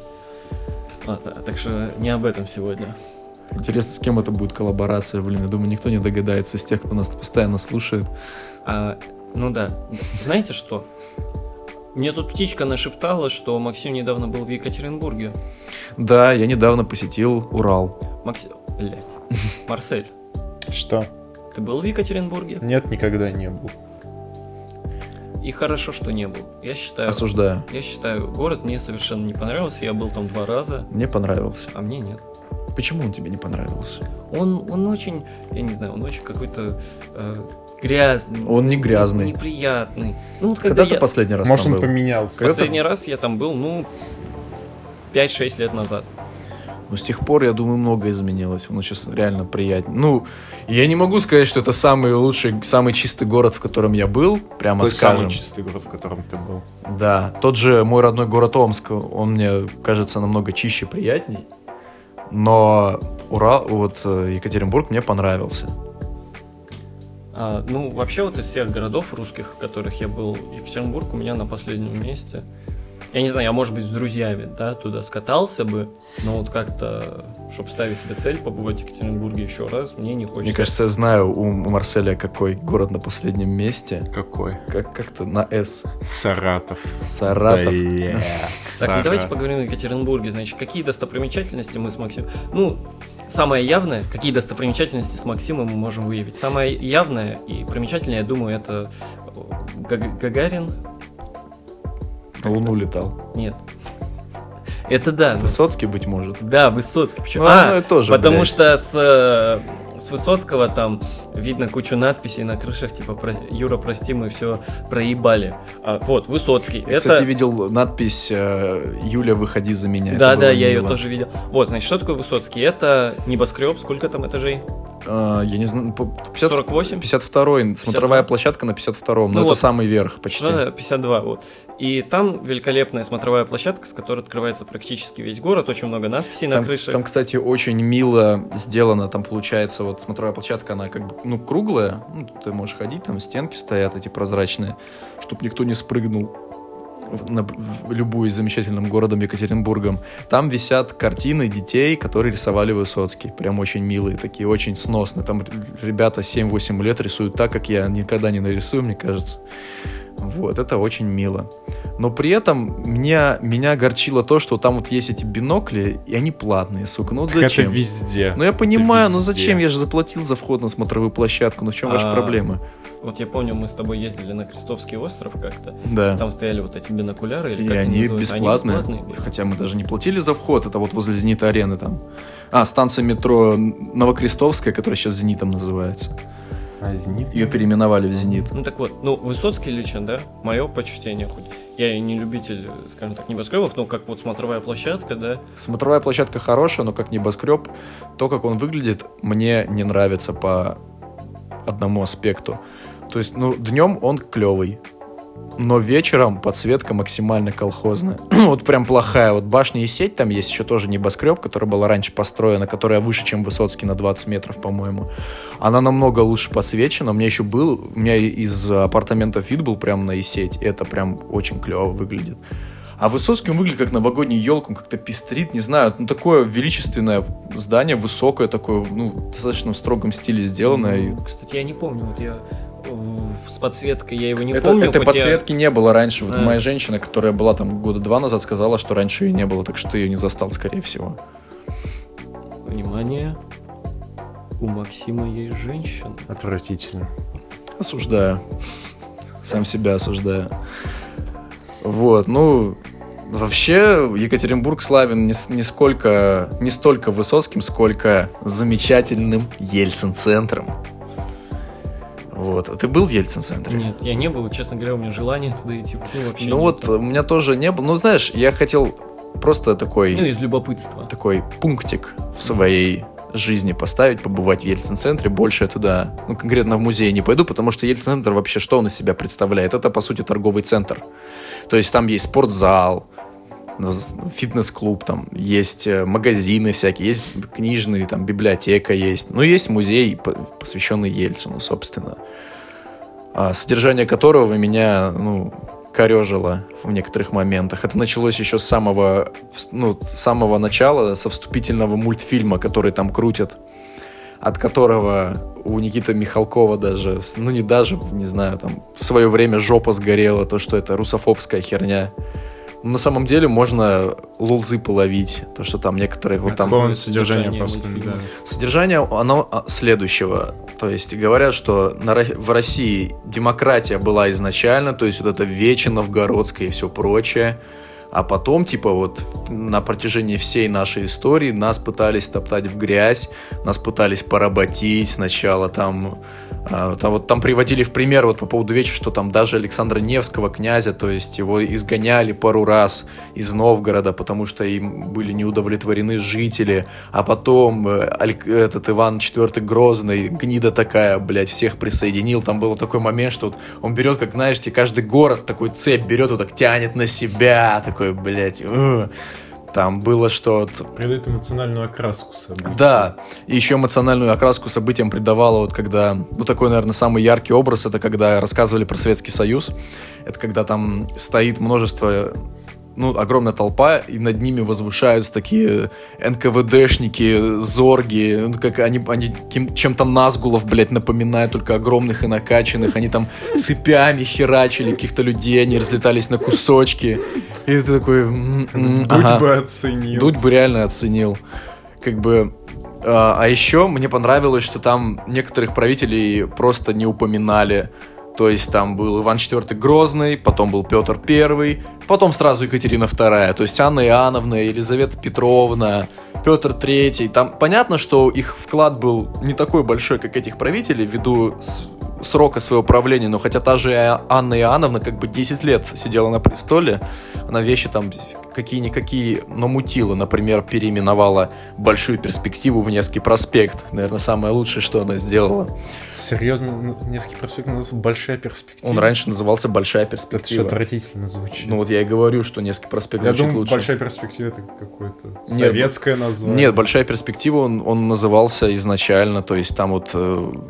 Так что не об этом сегодня. Интересно, с кем это будет коллаборация, блин, я думаю, никто не догадается из тех, кто нас постоянно слушает. Ну да. Знаете что? Мне тут птичка нашептала, что Максим недавно был в Екатеринбурге. Да, я недавно посетил Урал. Блядь. Марсель, Что? ты был в Екатеринбурге? Нет, никогда не был. И хорошо, что не был. Я Осуждаю. считаю, город мне совершенно не понравился. Я был там 2 раза, Мне понравился. а мне нет. Почему он тебе не понравился? Он очень, я не знаю, он очень какой-то грязный. Он не грязный. Неприятный. Ну вот Когда когда ты я... последний раз Может, там он был? поменялся. Когда- Последний раз я там был, 5-6 лет назад. Ну, с тех пор, я думаю, многое изменилось. Он сейчас реально приятнее. Ну, я не могу сказать, что это самый лучший, самый чистый город, в котором я был, прямо Какой скажем. самый чистый город, в котором ты был? Да, тот же мой родной город Омск, он мне кажется намного чище, приятней. Но Екатеринбург мне понравился. Вообще вот из всех городов русских, в которых я был, Екатеринбург у меня на последнем месте. Я не знаю, я, может быть, с друзьями, да, туда скатался бы, но вот как-то, чтобы ставить себе цель побывать в Екатеринбурге еще раз, мне не хочется. Мне кажется, я знаю у Марселя какой город на последнем месте. Какой? Как-то на «С». Саратов. Саратов. Блядь, Так, ну давайте Саратов. поговорим о Екатеринбурге. Значит, какие достопримечательности мы с Максимом... Самое явное, какие достопримечательности с Максимом мы можем выявить. Самое явное и примечательное, я думаю, это Гагарин. На Луну летал. Нет. Это да. Высоцкий, быть может. Да, Высоцкий. Почему? Ну, оно и тоже, потому блядь. что с Высоцкого там видно кучу надписей на крышах, типа «Юра, прости, мы все проебали». Вот, Высоцкий. Я, кстати, видел надпись «Юля, выходи за меня». Это Да, было я ее мило. тоже видел. Вот, значит, что такое Высоцкий? Это небоскреб, сколько там этажей? Я не знаю, 48? 52-й, смотровая площадка на 52-м, но Ну это вот. самый верх почти. Да, 52, вот. И там великолепная смотровая площадка, с которой открывается практически весь город, очень много надписей на крышах. Там, кстати, очень мило сделано, там получается вот смотровая площадка, она как бы, круглая, ты можешь ходить, там стенки стоят эти прозрачные, чтобы никто не спрыгнул в любую из замечательным городом Екатеринбургом. Там висят картины детей, которые рисовали Высоцкий. Прям очень милые такие, очень сносные. Там ребята 7-8 лет рисуют так, как я никогда не нарисую, мне кажется. Вот, это очень мило. Но при этом меня огорчило то, что там вот есть эти бинокли, и они платные, сука. Ну вот Так зачем? это везде. Ну я понимаю, но везде. зачем? Я же заплатил за вход на смотровую площадку. Ну в чем ваша проблема? Вот я помню, мы с тобой ездили на Крестовский остров как-то. Да. Там стояли вот эти бинокуляры, или И как они называются? бесплатные. были. Хотя мы даже не платили за вход. Это вот возле Зенита-арены там. Станция метро Новокрестовская, которая сейчас Зенитом называется. А «Зенит»? Ее переименовали в Зенит. Ну так вот, Высоцкий лично, да, мое почтение хоть. Я и не любитель, скажем так, небоскребов, но как вот смотровая площадка, да. Смотровая площадка хорошая, но как небоскреб, то, как он выглядит, мне не нравится по одному аспекту. То есть, днем он клевый, но вечером подсветка максимально колхозная. Вот прям плохая. Вот башня и сеть, там есть еще тоже небоскреб, которая была раньше построена, которая выше, чем Высоцкий на 20 метров, по-моему. Она намного лучше подсвечена. У меня из апартаментов вид был прям на и-сеть, и это прям очень клево выглядит. А Высоцкий, он выглядит как новогодний елка, он как-то пестрит, не знаю, такое величественное здание, высокое такое, в достаточно строгом стиле сделанное. Кстати, я не помню, вот я с подсветкой я его не Это помню. этой хотя- подсветки не было раньше. Вот Да. моя женщина, которая была там года 2 назад, сказала, что раньше ее не было, так что ты ее не застал, скорее всего. Внимание, у Максима есть женщина. Отвратительно. Осуждаю. Сам себя осуждаю. Вот, ну, вообще Екатеринбург славен не столько Высоцким, сколько замечательным Ельцин-центром. Вот. А ты был в Ельцин-центре? Нет, я не был, честно говоря, у меня желания туда идти. Вообще Ну нет. вот, у меня тоже не было. Ну, знаешь, я хотел просто Ну, такой из любопытства. пунктик в своей жизни поставить, побывать в Ельцин-центре. Больше я туда, ну, конкретно в музей не пойду, потому что Ельцин-центр вообще что он из себя представляет? Это, по сути, торговый центр. То есть там есть спортзал, фитнес-клуб, там есть магазины всякие, есть книжные, там библиотека есть. Ну, есть музей, посвященный Ельцину, собственно. Содержание которого меня, ну, корежило в некоторых моментах. Это началось еще с самого начала, со вступительного мультфильма, который там крутят, от которого у Никиты Михалкова даже, ну не даже, не знаю, там в свое время жопа сгорела, то, что это русофобская херня. Но на самом деле можно лулзы половить, то, что там некоторые... Вот там Какое содержание содержание просто, мультфильма? да. Содержание, оно следующего. То есть говорят, что в России демократия была изначально, то есть вот это Вече Новгородское и все прочее. А потом, типа, вот на протяжении всей нашей истории нас пытались топтать в грязь, нас пытались поработить сначала там приводили в пример вот по поводу Веча, что там даже Александра Невского, князя, то есть его изгоняли пару раз из Новгорода, потому что им были не удовлетворены жители, а потом этот Иван IV Грозный, гнида такая, блядь, всех присоединил. Там был такой момент, что вот он берет, как, знаешь, каждый город такой цепь берет, вот так тянет на себя, такой, блядь, Там было, что... Придает эмоциональную окраску событиям. Да, и еще эмоциональную окраску событиям придавало вот когда... Ну, такой, наверное, самый яркий образ, это когда рассказывали про Советский Союз. Это когда там стоит множество... Ну, огромная толпа, и над ними возвышаются такие НКВДшники, зорги, ну, как они чем-то Назгулов, блядь, напоминают, только огромных и накачанных. Они там цепями херачили каких-то людей, они разлетались на кусочки. И ты такой... Дудь бы оценил. Дудь бы реально оценил. Как бы... А еще мне понравилось, что там некоторых правителей просто не упоминали. То есть там был Иван IV Грозный, потом был Петр I, потом сразу Екатерина II. То есть Анна Иоанновна, Елизавета Петровна, Петр III. Там понятно, что их вклад был не такой большой, как этих правителей, ввиду срока своего правления. Но хотя та же Анна Иоанновна как бы 10 лет сидела на престоле, она вещи там какие-никакие намутила. Например, переименовала Большую Перспективу в Невский проспект. Наверное, самое лучшее, что она сделала. Серьезно, Невский проспект называется Большая Перспектива? Он раньше назывался Большая Это же Перспектива. отвратительно звучит. Ну вот я и говорю, что Невский проспект Я звучит думаю, лучше. Большая Перспектива это какое-то Нет, советское название. Нет, Большая Перспектива, он назывался изначально, то есть там вот,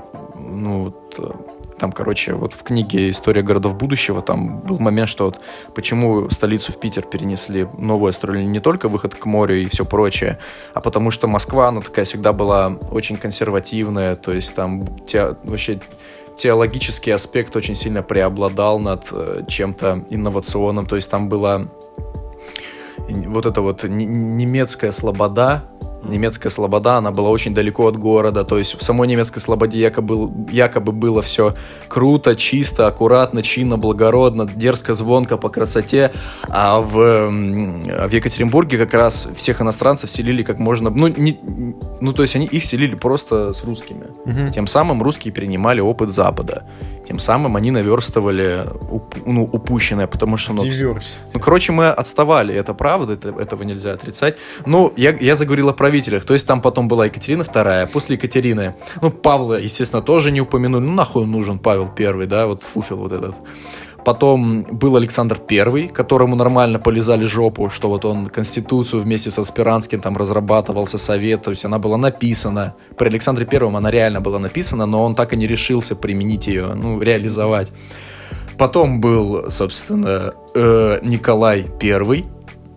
там, короче, вот в книге «История городов будущего» там был момент, что вот почему столицу в Питер перенесли, новую строили не только выход к морю и все прочее, а потому что Москва, она такая всегда была очень консервативная, то есть там вообще теологический аспект очень сильно преобладал над чем-то инновационным, то есть там была вот эта вот немецкая слобода. Немецкая слобода, она была очень далеко от города, то есть в самой немецкой слободе якобы было все круто, чисто, аккуратно, чинно, благородно, дерзко, звонко, по красоте, а в Екатеринбурге как раз всех иностранцев селили как можно, то есть они их селили просто с русскими, тем самым русские перенимали опыт Запада, тем самым они наверстывали упущенное, потому что... короче, мы отставали, это правда, этого нельзя отрицать, но я заговорил о правителях, то есть там потом была Екатерина II, после Екатерины, Павла, естественно, тоже не упомянули, нахуй он нужен Павел I, да, вот фуфел вот этот. Потом был Александр I, которому нормально полизали жопу, что вот он Конституцию вместе со Спиранским там разрабатывался, совет, то есть она была написана. При Александре I она реально была написана, но он так и не решился применить ее, реализовать. Потом был, собственно, Николай I,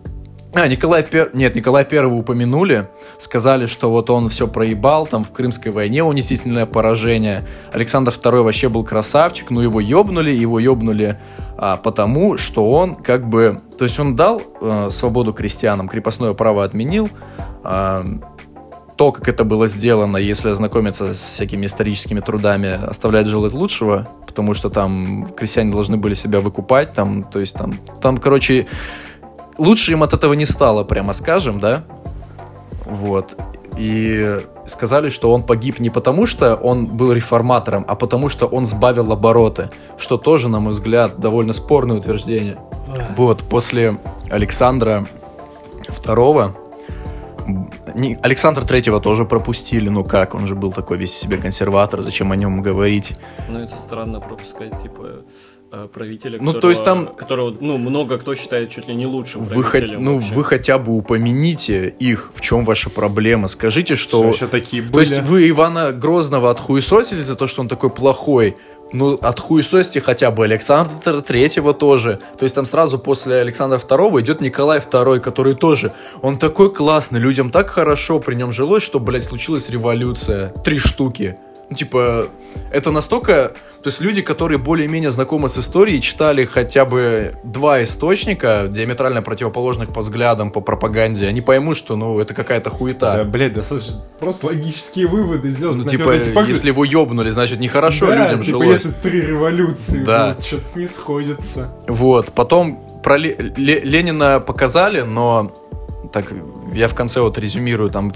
Николая Первого упомянули, сказали, что вот он все проебал, там в Крымской войне унизительное поражение. Александр II вообще был красавчик, но его ёбнули потому, что он как бы... То есть он дал свободу крестьянам, крепостное право отменил. То, как это было сделано, если ознакомиться с всякими историческими трудами, оставляет желать лучшего, потому что там крестьяне должны были себя выкупать, то есть там, короче... Лучше им от этого не стало, прямо скажем, да? Вот. И сказали, что он погиб не потому, что он был реформатором, а потому, что он сбавил обороты. Что тоже, на мой взгляд, довольно спорное утверждение. Вот, после Александра II... Александра Третьего тоже пропустили, ну как, он же был такой весь себе консерватор, зачем о нем говорить? Ну это странно пропускать, типа... правителя, которого, много кто считает чуть ли не лучшим правителем. Вы хотя бы упомяните их, в чем ваша проблема. Скажите, что... Еще такие были. То есть вы Ивана Грозного отхуесосили за то, что он такой плохой? Ну, отхуесосите хотя бы Александра Третьего тоже. То есть там сразу после Александра Второго идет Николай II, который тоже... Он такой классный, людям так хорошо при нем жилось, что, блядь, случилась революция. 3 штуки. Ну, типа, это настолько... То есть люди, которые более-менее знакомы с историей, читали хотя бы 2 источника, диаметрально противоположных по взглядам, по пропаганде, они поймут, что, это какая-то хуета. Да, блядь, достаточно просто логические выводы сделать. Ну, типа, если его ёбнули, значит, нехорошо людям жилось. Если 3 революции, да. Что-то не сходится. Вот, потом про Ленина показали, но так, я в конце вот резюмирую, там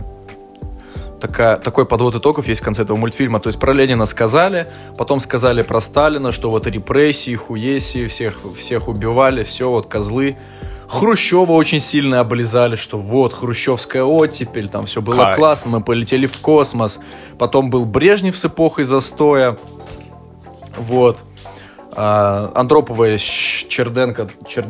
такой подвод итогов есть в конце этого мультфильма. То есть про Ленина сказали, потом сказали про Сталина, что вот репрессии, хуеси, всех убивали, все, вот козлы. Хрущева очень сильно облизали, что вот хрущевская оттепель, там все было классно, мы полетели в космос. Потом был Брежнев с эпохой застоя. Вот. Андропова и Черненко.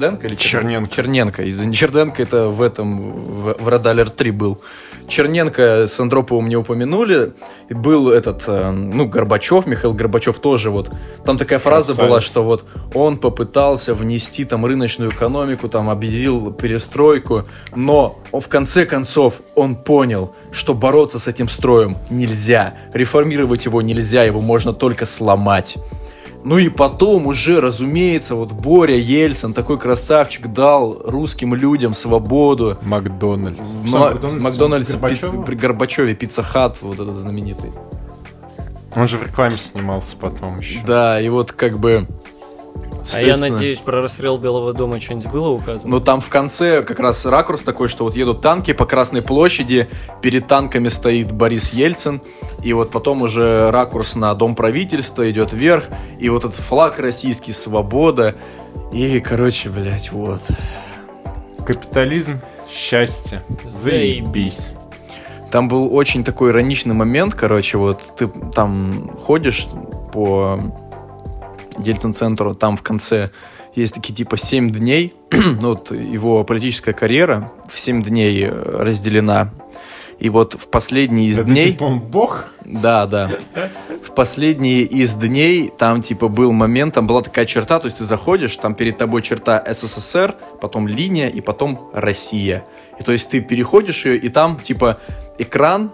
Извини, Черненко это в Red Alert 3 был. Черненко с Андроповым не упомянули. И был Горбачев, Михаил Горбачев тоже вот. Там такая фраза была, что вот он попытался внести там рыночную экономику, там объявил перестройку, но в конце концов он понял, что бороться с этим строем нельзя, реформировать его нельзя, его можно только сломать. Ну и потом уже, разумеется, вот Боря Ельцин, такой красавчик, дал русским людям свободу. Макдональдс. Макдональдс при Горбачеве, Пицца Хат, вот этот знаменитый. Он же в рекламе снимался потом еще. Да, и вот как бы... А я надеюсь, про расстрел Белого дома что-нибудь было указано? Ну там в конце как раз ракурс такой, что вот едут танки по Красной площади, перед танками стоит Борис Ельцин, и вот потом уже ракурс на Дом правительства идет вверх, и вот этот флаг российский, свобода, и, короче, блять, вот. Капитализм, счастье, заебись. Там был очень такой ироничный момент, короче, вот ты там ходишь по Ельцин-центру, там в конце есть такие типа 7 дней, вот его политическая карьера в 7 дней разделена, и вот в последние из дней... Это типа он бог? Да. В последние из дней там типа был момент, там была такая черта, то есть ты заходишь, там перед тобой черта СССР, потом линия и потом Россия. И то есть ты переходишь ее, и там типа экран,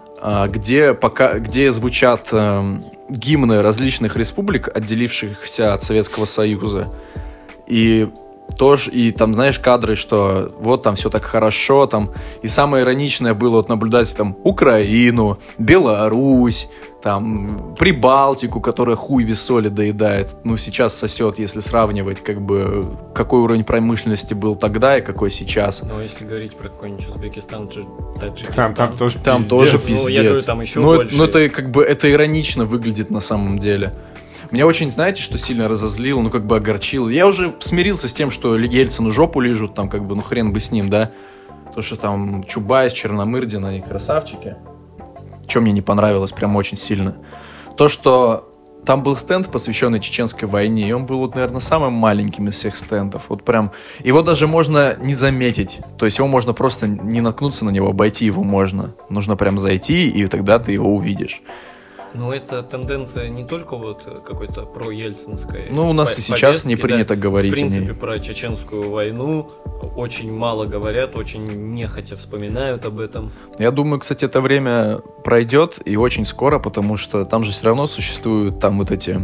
где звучат гимны различных республик, отделившихся от Советского Союза. И там, знаешь, кадры, что вот там все так хорошо, там. И самое ироничное было вот наблюдать там Украину, Беларусь, там Прибалтику, которая хуй без соли доедает. Ну, сейчас сосет, если сравнивать, как бы, какой уровень промышленности был тогда и какой сейчас. Ну, если говорить про какой-нибудь Узбекистан, Таджикистан. Там тоже пиздец. Я говорю, там еще больше. Ну, это как бы, это иронично выглядит на самом деле. Меня очень, знаете, что сильно разозлило, как бы огорчило. Я уже смирился с тем, что Ельцину жопу лижут, там, как бы, хрен бы с ним, да. То, что там Чубайс, Черномырдин, они красавчики. Что мне не понравилось прям очень сильно. То, что там был стенд, посвященный Чеченской войне, и он был, вот, наверное, самым маленьким из всех стендов. Вот прям, его даже можно не заметить. То есть его можно просто не наткнуться на него, обойти его можно. Нужно прям зайти, и тогда ты его увидишь. Но это тенденция не только вот какой-то проельцинской. Ну, у нас и сейчас не принято говорить в принципе, о ней. про Чеченскую войну очень мало говорят, очень нехотя вспоминают об этом. Я думаю, кстати, это время пройдет и очень скоро, потому что там же все равно существуют там вот эти...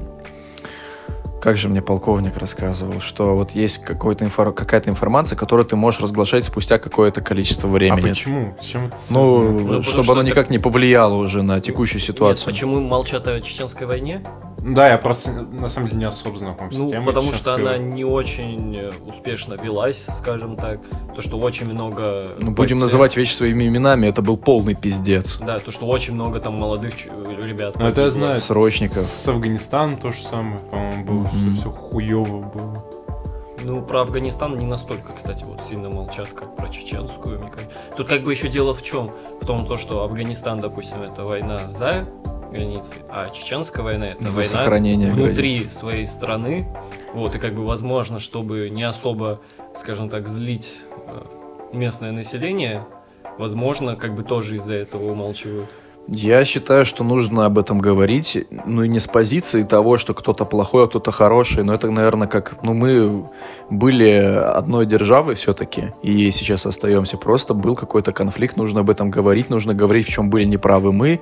Как же мне полковник рассказывал, что вот есть какая-то информация, которую ты можешь разглашать спустя какое-то количество времени. А почему? С чем это Ну, потому чтобы что оно это- никак не повлияло уже на текущую Нет, ситуацию. почему молчат о Чеченской войне? Да, я просто на самом деле не особо знаком с Ну, темой. потому что чеченской. она не очень успешно велась, скажем так. То, что очень много... Ну, будем потерь. называть вещи своими именами, это был полный пиздец. Да, то, что очень много там молодых ребят. Ну, это я погибло. знаю. Срочников. С Афганистаном то же самое, по-моему, было. Мгм. Все хуёво было. Ну, про Афганистан не настолько, кстати, вот сильно молчат, как про чеченскую. Мне кажется. Тут как бы еще дело в чем? В том, то, что Афганистан, допустим, это война за границей, а чеченская война это За война сохранение внутри границ. своей страны. Вот, и как бы возможно, чтобы не особо, скажем так, злить местное население, возможно, как бы тоже из-за этого умалчивают. Я считаю, что нужно об этом говорить, ну и не с позиции того, что кто-то плохой, а кто-то хороший, но это, наверное, как, ну мы были одной державой все-таки, и сейчас остаемся, просто был какой-то конфликт, нужно об этом говорить, нужно говорить, в чем были неправы мы,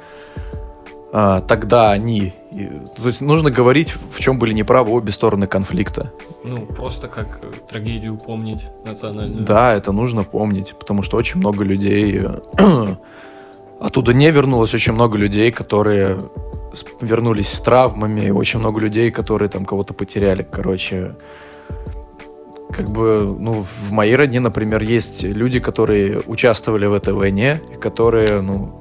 тогда они, то есть нужно говорить, в чем были неправы обе стороны конфликта. Ну, просто как трагедию помнить национальную. Да, это нужно помнить, потому что очень много людей оттуда не вернулось, очень много людей, которые вернулись с травмами, очень много людей, которые там кого-то потеряли. Короче, как бы, ну, в моей родне, например, есть люди, которые участвовали в этой войне, и которые, ну,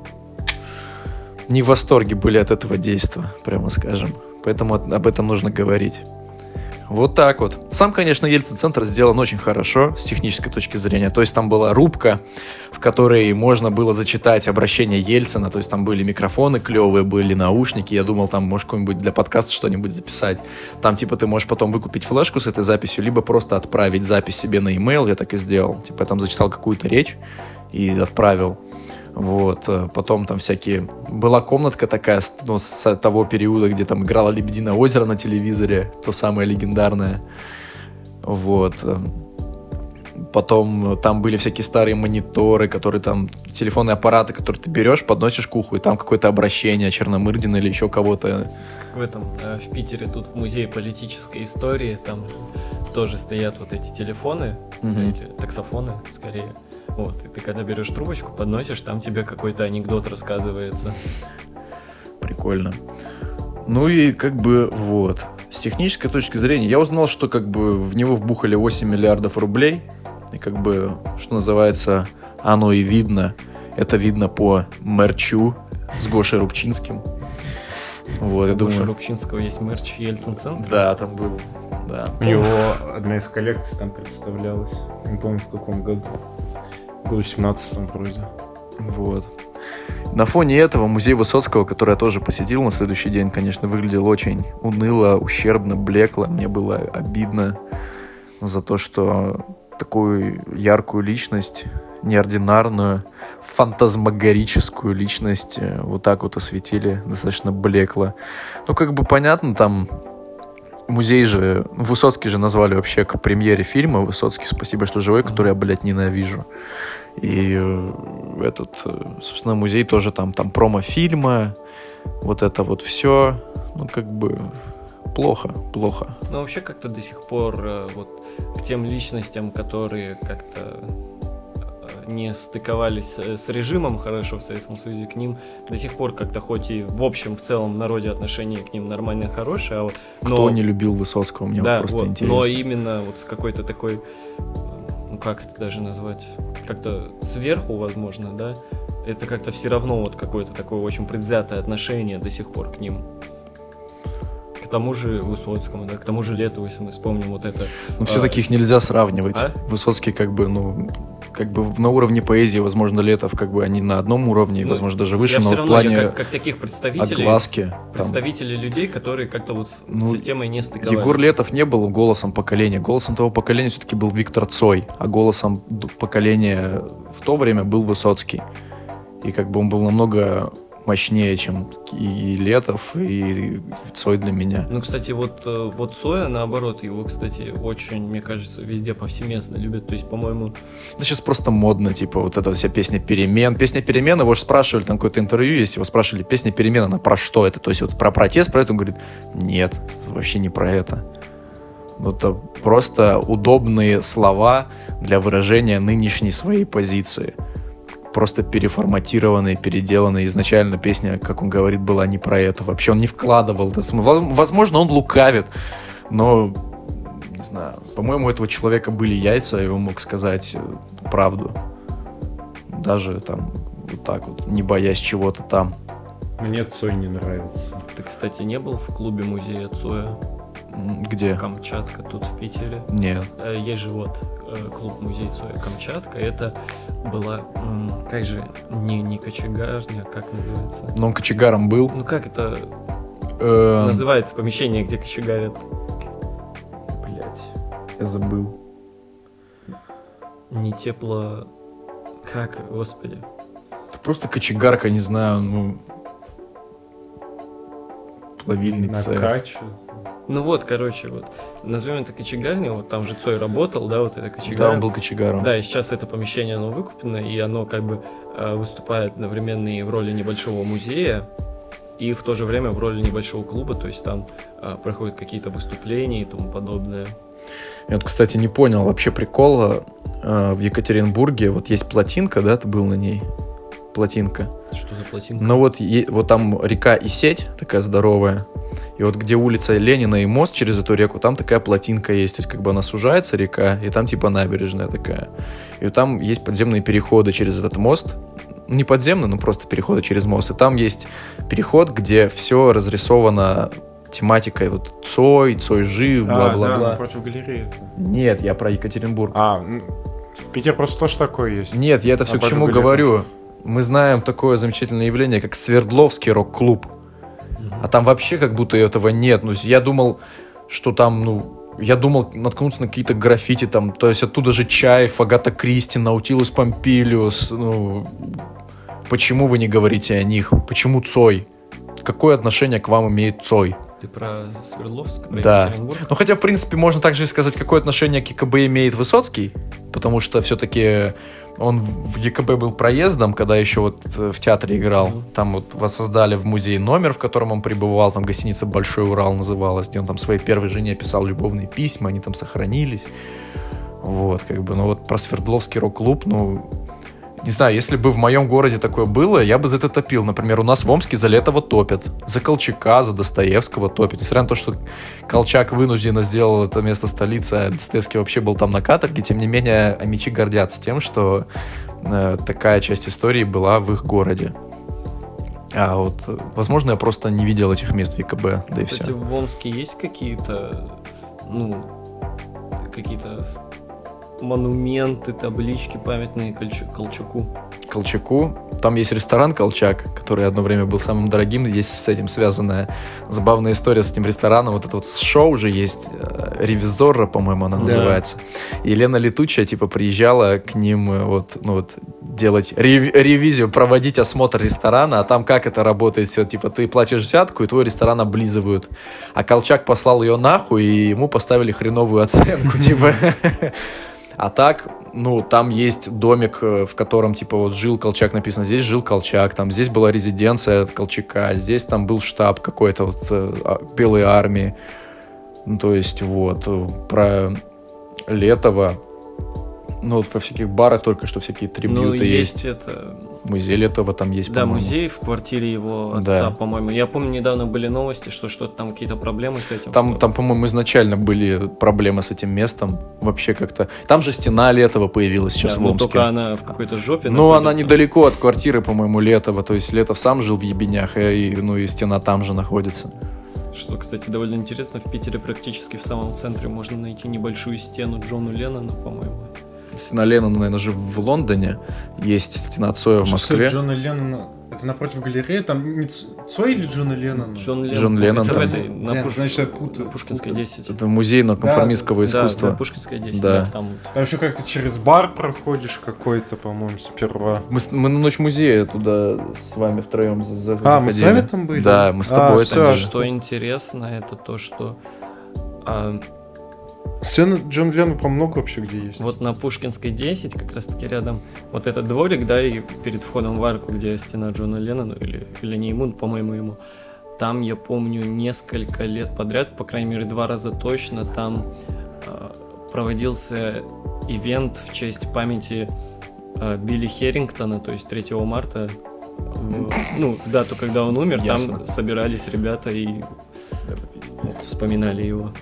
не в восторге были от этого действия, прямо скажем. Поэтому об этом нужно говорить. Вот так вот. Сам, конечно, Ельцин-центр сделан очень хорошо с технической точки зрения. То есть там была рубка, в которой можно было зачитать обращение Ельцина. То есть там были микрофоны клевые, были наушники. Я думал, там можешь какой-нибудь для подкаста что-нибудь записать. Там типа ты можешь потом выкупить флешку с этой записью, либо просто отправить запись себе на e-mail. Я так и сделал. Типа я там зачитал какую-то речь и отправил. Вот, потом там всякие... Была комнатка такая, ну, с того периода, где там играло «Лебединое озеро» на телевизоре, то самое легендарное. Вот. Потом там были всякие старые мониторы, которые там... Телефонные аппараты, которые ты берешь, подносишь к уху, и там какое-то обращение Черномырдина или еще кого-то. В этом, в Питере, тут в музее политической истории, там тоже стоят вот эти телефоны, или таксофоны, скорее. Вот, и ты когда берешь трубочку, подносишь, там тебе какой-то анекдот рассказывается. Прикольно. Ну и как бы вот. С технической точки зрения я узнал, что как бы в него вбухали 8 миллиардов рублей. И как бы, что называется, оно и видно. Это видно по мерчу с Гошей Рубчинским. Вот, я У думаю... Рубчинского есть мерч Ельцин-центр. Да, там был, да. У него одна из коллекций там представлялась. Не помню, в каком году. В году 17-м вроде. Вот. На фоне этого музей Высоцкого, который я тоже посетил на следующий день, конечно, выглядел очень уныло, ущербно, блекло. Мне было обидно за то, что такую яркую личность, неординарную, фантазмагорическую личность вот так вот осветили достаточно блекло. Ну, как бы понятно, там музей же, Высоцкий же назвали вообще к премьере фильма «Высоцкий, спасибо, что живой», который я, блядь, ненавижу. И этот, собственно, музей тоже там промо-фильма, вот это вот все, ну, как бы плохо. Но вообще как-то до сих пор вот к тем личностям, которые как-то не стыковались с режимом хорошо в Советском Союзе, к ним до сих пор как-то, хоть и в общем, в целом, в народе отношение к ним нормальное, хорошее, а вот... Кто не любил Высоцкого, мне да, вот просто вот, интересно. но именно вот с какой-то такой, ну как это даже назвать, как-то сверху, возможно, да, это как-то все равно вот какое-то такое очень предвзятое отношение до сих пор к ним. К тому же Высоцкому, да, к тому же Летову, если мы вспомним вот это. Но все-таки их нельзя сравнивать. А? Высоцкий как бы, ну, как бы на уровне поэзии, возможно, Летов как бы они на одном уровне, Ну, возможно, даже выше, я но все в равно, плане я как таких представителей, отгласки. Там, представителей людей, которые как-то вот с Ну, системой не стыковались. Егор Летов не был голосом поколения. Голосом того поколения все-таки был Виктор Цой, а голосом поколения в то время был Высоцкий. И как бы он был намного мощнее, чем и Летов, и Цой для меня. Ну, кстати, вот Цоя, наоборот, его, кстати, очень, мне кажется, везде повсеместно любят. То есть, по-моему... Это сейчас просто модно, типа, вот эта вся песня «Перемен». Песня «Перемен», его же спрашивали, там какое-то интервью есть, его спрашивали, песня «Перемен», она про что это? То есть, вот про протест, про это он говорит, нет, вообще не про это. Ну, это просто удобные слова для выражения нынешней своей позиции. Просто переформатированные, переделанные. Изначально песня, как он говорит, была не про это. Вообще он не вкладывал это. Возможно, он лукавит, но, не знаю, по-моему, у этого человека были яйца, и он мог сказать правду. Даже там вот так вот, не боясь чего-то там. Мне Цой не нравится. Ты, кстати, не был в клубе музея Цоя? Где? Камчатка, тут в Питере. Нет. Есть же вот клуб-музей Цоя Камчатка. Это была, как же, не кочегарня, как называется? Но он кочегаром был. Ну как это называется помещение, где кочегарят? Блять, я забыл. Не тепло... Как, господи? Это просто кочегарка, не знаю, ну... Плавильный цех. Накачу. Ну вот, короче, вот, назовем это кочегарней, вот там же Цой работал, да, вот это кочегарня. Да, он был кочегаром. Да, и сейчас это помещение, оно выкуплено, и оно как бы выступает одновременно и в роли небольшого музея, и в то же время в роли небольшого клуба, то есть там проходят какие-то выступления и тому подобное. Я вот, кстати, не понял вообще прикола. В Екатеринбурге вот есть плотинка, да, ты был на ней? Плотинка. Что за плотинка? Ну вот там река Исеть, такая здоровая. И вот где улица Ленина и мост через эту реку, там такая плотинка есть. То есть как бы она сужается, река, и там типа набережная такая. И вот там есть подземные переходы через этот мост. Не подземные, но просто переходы через мост. И там есть переход, где все разрисовано тематикой. Вот Цой жив, бла-бла-бла. Да, напротив галереи. Нет, я про Екатеринбург. В Питере просто тоже такое есть. Нет, я это все к чему галерею. говорю. Мы знаем такое замечательное явление, как Свердловский рок-клуб. А там вообще как будто этого нет. Ну, я думал, что там, наткнуться на какие-то граффити там. То есть оттуда же Чайф, Агата Кристи, Наутилус Помпилиус. Почему вы не говорите о них? Почему Цой? Какое отношение к вам имеет Цой? Ты про Свердловск, про Да. Екатеринбург? Ну, хотя, в принципе, можно также и сказать, какое отношение к ЕКБ имеет Высоцкий, потому что все-таки он в ЕКБ был проездом, когда еще вот в театре играл. Там вот воссоздали в музее номер, в котором он пребывал, там гостиница «Большой Урал» называлась, где он там своей первой жене писал любовные письма, они там сохранились. Вот, как бы, ну вот про Свердловский рок-клуб, не знаю, если бы в моем городе такое было, я бы за это топил. Например, у нас в Омске за Летова топят, за Колчака, за Достоевского топят. Несмотря на то, что Колчак вынужденно сделал это место столицей, а Достоевский вообще был там на каторге, тем не менее, омичи гордятся тем, что такая часть истории была в их городе. А вот, возможно, я просто не видел этих мест в ЕКБ, да и Кстати, все. в Омске есть какие-то монументы, таблички памятные Колчаку? Колчаку. Там есть ресторан «Колчак», который одно время был самым дорогим. Есть с этим связанная забавная история с этим рестораном. Вот это вот шоу же есть, «Ревизорро», по-моему, она называется. И Елена Летучая, типа, приезжала к ним делать ревизию, проводить осмотр ресторана, а там как это работает все, типа, ты платишь взятку, и твой ресторан облизывают. А Колчак послал ее нахуй, и ему поставили хреновую оценку, типа... А так, там есть домик, в котором, типа, вот жил Колчак, написано, здесь жил Колчак, там, здесь была резиденция Колчака, здесь там был штаб какой-то вот Белой армии. То есть, вот, про Летова, во всяких барах только что всякие трибьюты есть. Музей Летова там есть, да, по-моему. музей в квартире его отца, по-моему. Я помню, недавно были новости, что что-то там какие-то проблемы с этим. Там, по-моему, изначально были проблемы с этим местом. Вообще как-то... Там же стена Летова появилась сейчас в Омске. Только она в какой-то жопе находится. Она недалеко от квартиры, по-моему, Летова. То есть Летов сам жил в Ебенях, и стена там же находится. Что, кстати, довольно интересно. В Питере практически в самом центре можно найти небольшую стену Джона Леннона, по-моему. Стена Леннона, наверное, же в Лондоне. Есть стена Цоя в Москве. Джона Леннона Это напротив галереи, там не Цой или Джона Леннона? Джон Леннон Это там. в этой, на Значит, я путаю. Пушкинской 10. Это музей нонконформистского искусства. Да, Пушкинская 10. Да. Там Там еще как-то через бар проходишь какой-то, по-моему, сперва. Мы на ночь музея туда с вами втроем заходили. Мы с вами там были? Да, мы с тобой всё. там вот же. что интересно, это то, что Сцена Джон Леннона, по-моему, много вообще где есть. вот на Пушкинской 10, как раз таки рядом, вот этот дворик, да, и перед входом в арку, где стена Джона Леннона, или не ему, по-моему, ему, там, я помню, несколько лет подряд, по крайней мере, 2 раза точно, там проводился ивент в честь памяти Билли Херрингтона, то есть 3 марта, в дату, когда он умер, Ясно. там собирались ребята и вот, вспоминали его.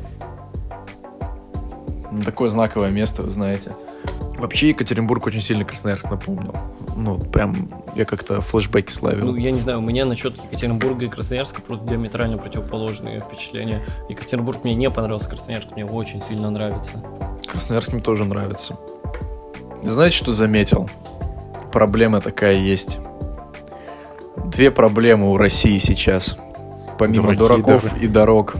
Такое знаковое место, вы знаете. Вообще Екатеринбург очень сильно Красноярск напомнил. Ну, прям я как-то флешбеки словил. Ну, я не знаю, у меня насчет Екатеринбурга и Красноярска просто диаметрально противоположные впечатления. Екатеринбург мне не понравился, Красноярск мне очень сильно нравится. Красноярск мне тоже нравится. Знаете, что заметил? Проблема такая есть. 2 проблемы у России сейчас. Помимо Дураки, дураков да. и дорог.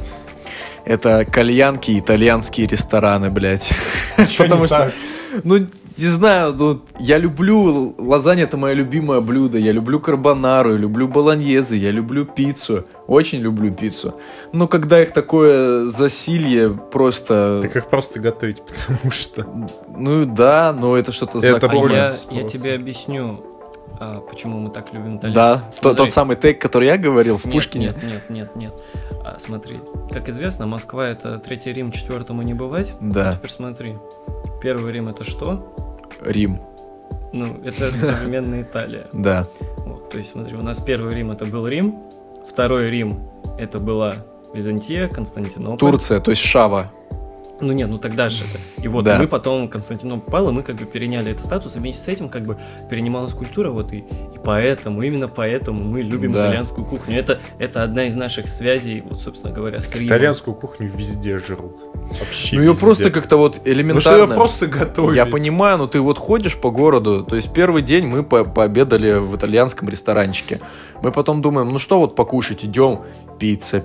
Это кальянки и итальянские рестораны, блядь. Чё Потому не что, так? ну, не знаю, ну, я люблю лазанья, это мое любимое блюдо. Я люблю карбонару, я люблю болоньезе, я люблю пиццу. Очень люблю пиццу. Но когда их такое засилье просто... Так их просто готовить, потому что... Ну да, но это что-то Это знакомое. более- я спрос. тебе объясню, почему мы так любим итальянцев. Да, тот Смотри. самый тейк, который я говорил в Нет, Пушкине. Нет. Смотри, как известно, Москва — это 3-й Рим, 4-му не бывать. Да, Теперь смотри. 1-й Рим — это что? Рим, Ну, это современная Италия. да. Вот, то есть, смотри, у нас 1-й Рим — это был Рим, 2-й Рим — это была Византия, Константинополь. Турция, то есть Шава. Ну нет, ну тогда же это. И вот Да. мы потом Константинополь пал, и мы как бы переняли этот статус, и вместе с этим как бы перенималась культура, вот и поэтому, именно поэтому мы любим Да. итальянскую кухню. Это одна из наших связей, вот, собственно говоря, с Римом. Итальянскую кухню везде жрут. Вообще Ну ее везде. просто как-то вот Ну что элементарно. ее просто готовить? Я понимаю, но ты вот ходишь по городу, то есть первый день мы пообедали в итальянском ресторанчике. Мы потом думаем, ну что вот покушать, идем, пицца,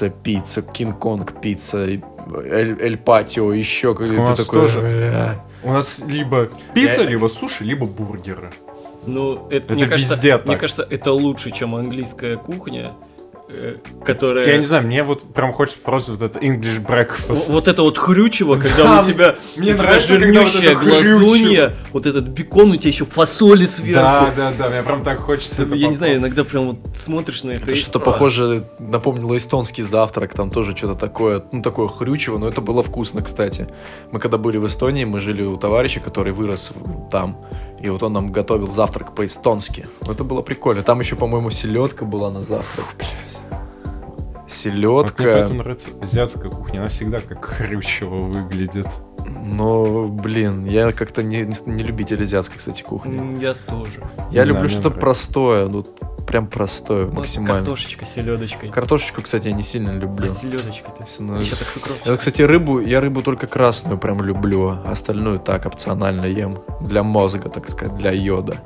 Кинг-Конг пицца, Эль Патио, еще У какое-то нас такое. тоже. Бля. У нас либо пицца, Я- либо суши, либо бургеры. Ну, это, Это везде так. мне кажется, это лучше, чем английская кухня, которая... Я не знаю, мне вот прям хочется просто вот это English breakfast. Вот это вот хрючево, когда Да, у тебя, мне у тебя нравится, когда вот жирнющая это хрючево. глазунья, вот этот бекон, у тебя еще фасоли сверху. Да, мне прям так хочется. это Я не знаю, попробовать. иногда прям вот смотришь на это. Это и- что-то похоже, напомнило эстонский завтрак, там тоже что-то такое, ну такое хрючево, но это было вкусно, кстати. Мы когда были в Эстонии, мы жили у товарища, который вырос там, и вот он нам готовил завтрак по-эстонски. Это было прикольно. Там еще, по-моему, селедка была на завтрак. Вот мне Селедка. поэтому нравится азиатская кухня, она всегда как хрючево выглядит. Но, блин, я как-то не любитель азиатской, кстати, кухни. Я тоже. Я Не люблю знаю, мне что-то нравится. простое, ну прям простое, Вот максимально. Картошечка с селедочкой. Картошечку, кстати, я не сильно люблю. С селедочкой-то. Если, ну, Еще так с укропчиком. Это, кстати, я рыбу только красную прям люблю, а остальную так опционально ем. Для мозга, так сказать, для йода.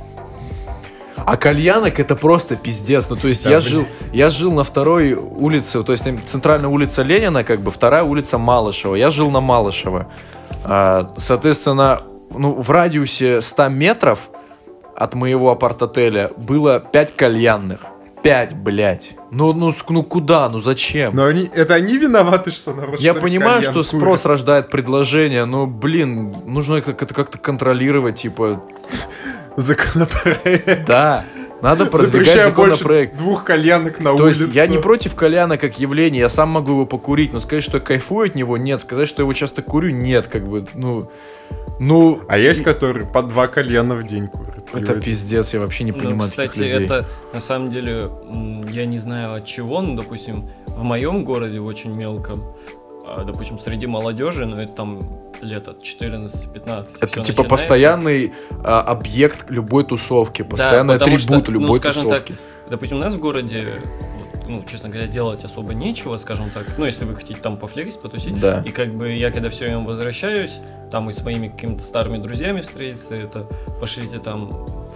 А кальянок это просто пиздец. Ну, то есть Да, я жил на 2-й улице, то есть центральная улица Ленина, как бы 2-я улица Малышева. Я жил на Малышева. Соответственно, ну, в радиусе 100 метров от моего апарт-отеля было 5 кальянных. 5, блядь. Ну куда? Ну зачем? Но это они виноваты, что народ Я что ли, понимаю, кальян что курит? спрос рождает предложение, но, блин, нужно это как-то контролировать, типа, Законопроект. да, надо продвигать Запрещаю больше законопроект. 2 кальянок на То улице. есть я не против кальяна как явления, я сам могу его покурить, но сказать, что я кайфую от него, нет, сказать, что я его часто курю, нет, как бы, ну, А есть, которые по 2 кальяна в день курят. это люди. пиздец, я вообще не Ну, понимаю кстати, таких людей. это на самом деле, я не знаю от чего, но, допустим, в моем городе, в очень мелком, допустим, среди молодежи, ну, это там лет от 14-15. Это всё типа начинается. постоянный объект любой тусовки, постоянный потому атрибут что, любой скажем тусовки. Так, допустим, у нас в городе, вот, ну, честно говоря, делать особо нечего, скажем так. Ну, если вы хотите там пофлексить, потусить. Да. И как бы я когда все время возвращаюсь, там и с моими какими-то старыми друзьями встретиться, это пошлите там в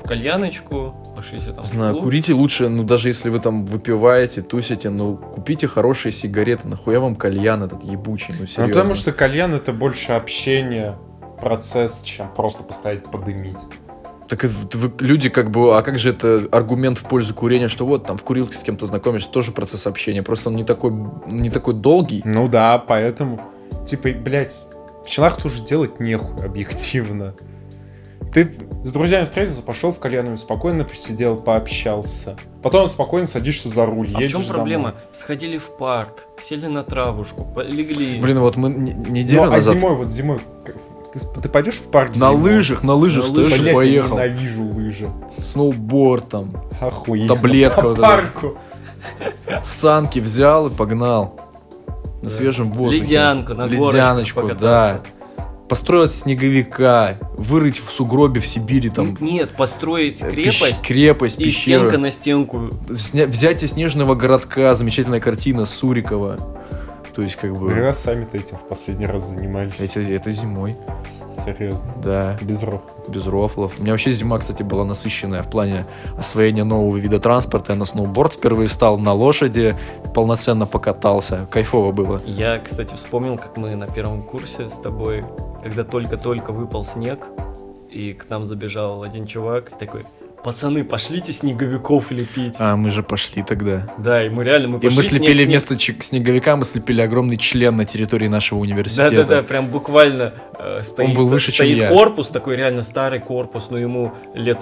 кальяночку, пошлите там. Знаю, в клуб. курите лучше, ну даже если вы там выпиваете, тусите, ну купите хорошие сигареты, нахуя вам кальян этот ебучий, ну серьезно. Ну, потому что кальян это больше общение, процесс, чем просто поставить подымить. Так люди как бы, а как же это аргумент в пользу курения, что вот там в курилке с кем-то знакомишься, тоже процесс общения, просто он не такой долгий. Ну да, поэтому, типа, блядь, в челах тоже делать нехуй, объективно. Ты с друзьями встретился, пошел в кальянную, спокойно посидел, пообщался. Потом спокойно садишься за руль, А в едешь чем проблема? домой. Сходили в парк, сели на травушку, легли. Блин, вот мы неделю Ну, назад зимой, ты пойдешь в парк на зимой? лыжах стоишь и Блядь, поехал. я ненавижу лыжи. Сноуборд там, Охуенно. таблетка По вот эта. парку. Санки взял и погнал. На Да. свежем воздухе. Ледянку на горочках Ледяночку, да. покататься. Построить снеговика, вырыть в сугробе в Сибири там. Нет, построить крепость Крепость, и пещеру. стенка на стенку. Взять из снежного городка, замечательная картина Сурикова. То есть, как бы, Когда сами-то этим в последний раз занимались? это зимой, Серьезно. да, Без ров. без рофлов. У меня вообще зима, кстати, была насыщенная в плане освоения нового вида транспорта. Я на сноуборд впервые встал, на лошади полноценно покатался. Кайфово было. Я, кстати, вспомнил, как мы на первом курсе с тобой, когда только-только выпал снег, и к нам забежал один чувак и такой: пацаны, пошлите снеговиков лепить. А мы же пошли тогда. Да, и мы реально И пошли. мы слепили снег. вместо снеговика, мы слепили огромный член на территории нашего университета. Да-да-да, прям буквально стоит, Он был выше, чем стоит я. корпус, такой реально старый корпус, но ему лет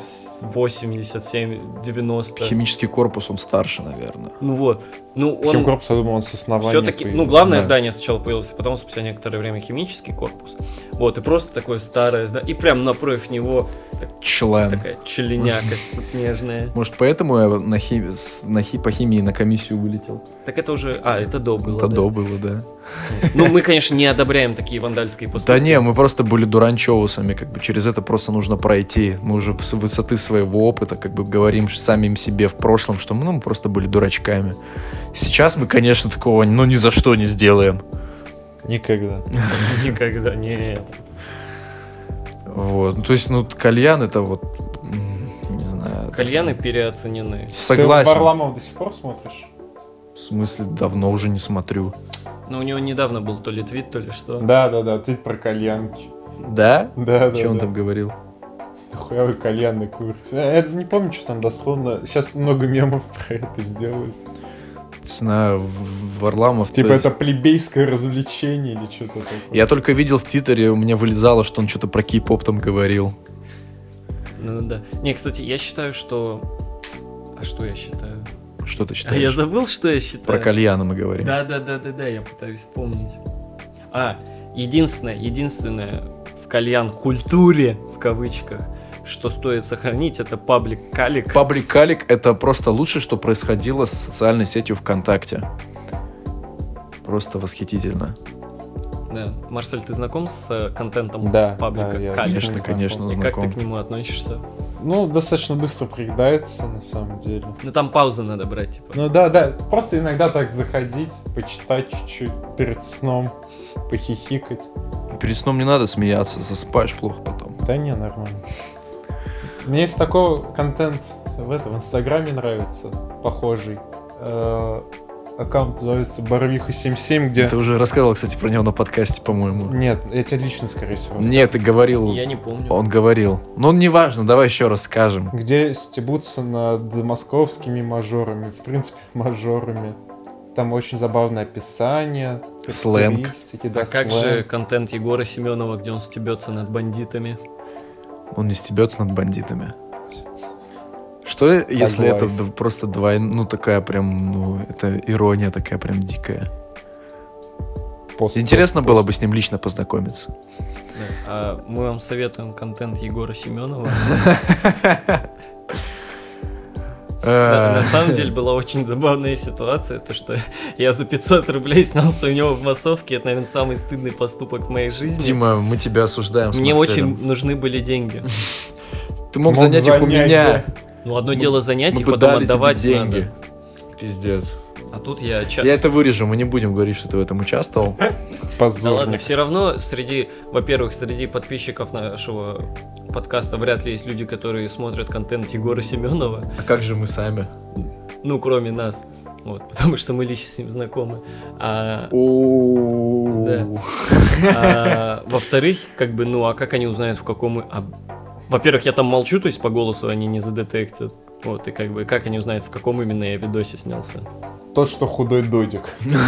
87-90. Химический корпус, он старше, наверное. Ну вот. Ну, Чем он корпус, я думал, он с основания все-таки, появился. главное Да. здание сначала появилось, потом спустя некоторое время химический корпус. Вот, и просто такое старое здание. И прям напротив него Член. такая челеняка нежная. Может, поэтому я по химии на комиссию вылетел? Так это уже... это до было. Это да. до было, да. Ну, мы, конечно, не одобряем такие вандальские поступки. Да не, мы просто были дуранчоусами, как бы через это просто нужно пройти. Мы уже с высоты своего опыта как бы говорим самим себе в прошлом, что мы просто были дурачками. Сейчас мы, конечно, такого ни за что не сделаем. Никогда. Никогда не... Вот. Ну, то есть, кальян это вот, не знаю. Кальяны переоценены. Ты Согласен. Варламова до сих пор смотришь? В смысле, давно уже не смотрю. Но у него недавно был то ли твит, то ли что. Да, твит про кальянки. Да? Да. Что он там говорил? Нахуя вы кальянный курите? Я не помню, что там дословно. Сейчас много мемов про это сделают. Не знаю, Варламов... Типа это плебейское развлечение или что-то такое. Я только видел в Твиттере, у меня вылезало, что он что-то про кей-поп там говорил. Ну да. Не, кстати, я считаю, что... А что я считаю? Что ты А считаешь? я забыл, что я считаю. Про кальяны мы говорим. Да, я пытаюсь вспомнить. Единственное в кальян-культуре, в кавычках, что стоит сохранить, это паблик Калик. Паблик Калик — это просто лучшее, что происходило с социальной сетью ВКонтакте. Просто восхитительно. Да. Марсель, ты знаком с контентом Да, паблика да, я Калик? с ним Конечно, знаком. И как ты знаком. к нему относишься? Ну, достаточно быстро приедается, на самом деле. Ну там паузы надо брать, типа. Ну да, просто иногда так заходить, почитать чуть-чуть перед сном, похихикать. Перед сном не надо смеяться, засыпаешь плохо потом. Да не, нормально. Мне есть такой контент в Инстаграме нравится, похожий. Аккаунт называется Барвиха77, где... Ты уже рассказывал, кстати, про него на подкасте, по-моему. Нет, я тебе лично, скорее всего, рассказывал. Нет, ты говорил. Я не помню. Он говорил. Ну, неважно, давай еще раз скажем. Где стебутся над московскими мажорами, в принципе, мажорами. Там очень забавное описание. Сленг. характеристики, да, А как сленг. же контент Егора Семенова, где он стебется над бандитами? Он не стебется над бандитами. Что, если это лайф. просто такая прям, это ирония такая прям дикая. Интересно было бы с ним лично познакомиться. Да. А мы вам советуем контент Егора Семенова. На самом деле была очень забавная ситуация, то что я за 500 рублей снялся у него в массовке, это, наверное, самый стыдный поступок в моей жизни. Дима, мы тебя осуждаем с Мне Марселем. очень нужны были деньги. Ты мог занять их у меня. Ну, одно дело занять, Мы их бы потом дали тебе отдавать деньги. надо. Пиздец. А тут я... Я это вырежу, мы не будем говорить, что ты в этом участвовал. Да Позорник. ладно, все равно во-первых, среди подписчиков нашего подкаста вряд ли есть люди, которые смотрят контент Егора Семенова, А как же мы сами? ну, кроме нас, вот, потому что мы лично с ним знакомы. Во-вторых, как бы, ну, а как они узнают, в каком... Во-первых, я там молчу, то есть по голосу они не задетектят. Вот, и как бы, как они узнают, в каком именно я видосе снялся? Тот, что худой додик.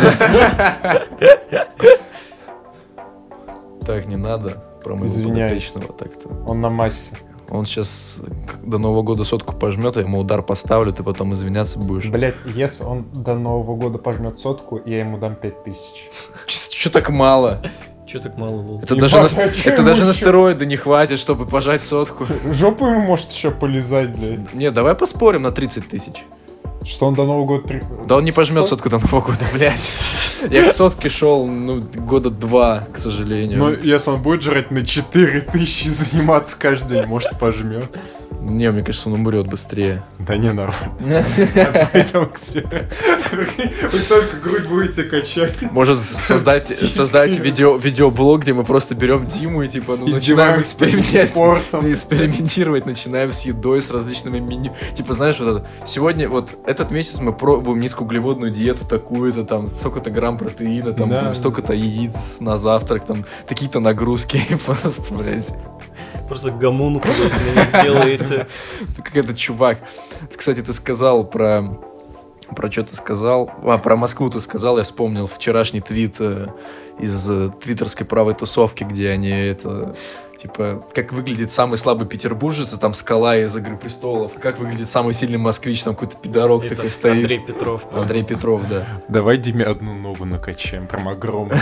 Так, не надо про моего Извиняюсь. подопечного так-то. Он на массе. Он сейчас до Нового года 100 пожмет, я ему удар поставлю, ты потом извиняться будешь. Блять, если он до Нового года пожмет 100, я ему дам 5000. Че так мало? Чё так мало было? Это Ебать, даже, а чё это ему даже на чё? стероиды не хватит, чтобы пожать 100. Жопу ему может еще полизать, блядь. Не, давай поспорим на 30 тысяч. Что он до Нового года... Да он не пожмет 100 до Нового года, блядь. Я к 100 шел, ну, года 2, к сожалению. Ну, если он будет жрать на 4000 и заниматься каждый день, может, пожмет. Не, мне кажется, он умрет быстрее. Да не, нормально. Пойдем к себе. Вы только грудь будете качать. Может создать видеоблог, где мы просто берем Диму и типа, ну, начинаем экспериментировать, начинаем с едой, с различными меню. Типа, знаешь, вот это, сегодня, вот этот месяц мы пробуем низкоуглеводную диету такую-то, там, столько-то грамм протеина, там, Да. столько-то яиц на завтрак, там, такие-то нагрузки, просто, блядь. Просто гомону не сделаете. Как этот чувак. Кстати, ты сказал про что ты сказал? Про Москву ты сказал, я вспомнил вчерашний твит из твиттерской правой тусовки, где они это... Типа, как выглядит самый слабый петербуржец, там скала из «Игры престолов», как выглядит самый сильный москвич, там какой-то пидорок Это такой стоит. Андрей Петров. Андрей Петров, да. Давай Диме одну ногу накачаем, прям огромную.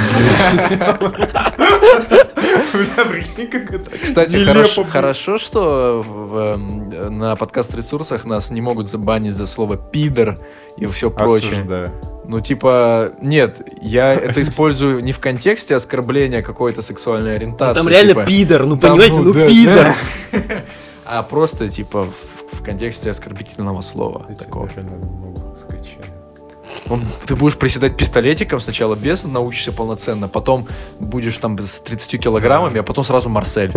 Бля, прикинь, как это Кстати, нелепо будет. хорошо, что на подкаст-ресурсах нас не могут забанить за слово «пидор» и все прочее. Осуждаю. Ну, типа, нет, я это использую не в контексте оскорбления какой-то сексуальной ориентации. Там реально типа, пидор, ну там, понимаете, ну да, пидор. да. А просто, типа, в контексте оскорбительного слова Я тебе такого. реально ногу скачаю. Ты будешь приседать пистолетиком сначала без, научишься полноценно, потом будешь там с 30 килограммами, а потом сразу Марсель.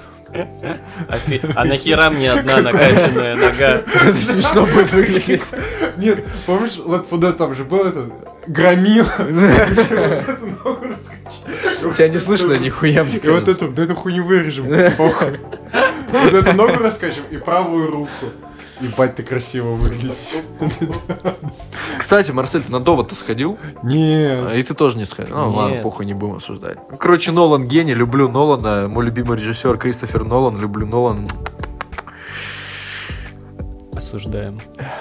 А нахера мне одна накачанная нога? Это смешно будет выглядеть. Нет, помнишь, Латфуда там же был этот громил. Тебя не слышно нихуя, мне И вот кажется. эту хуйню вырежем, похуй. Вот эту ногу раскачем и правую руку. Ебать, ты красиво выглядишь. Кстати, Марсель, ты на довод-то сходил? Нет. И ты тоже не сходил. Ну, Нет. ладно, похуй, не будем обсуждать. Короче, Нолан гений, люблю Нолана. Мой любимый режиссер Кристофер Нолан, люблю Нолан. Осуждаем.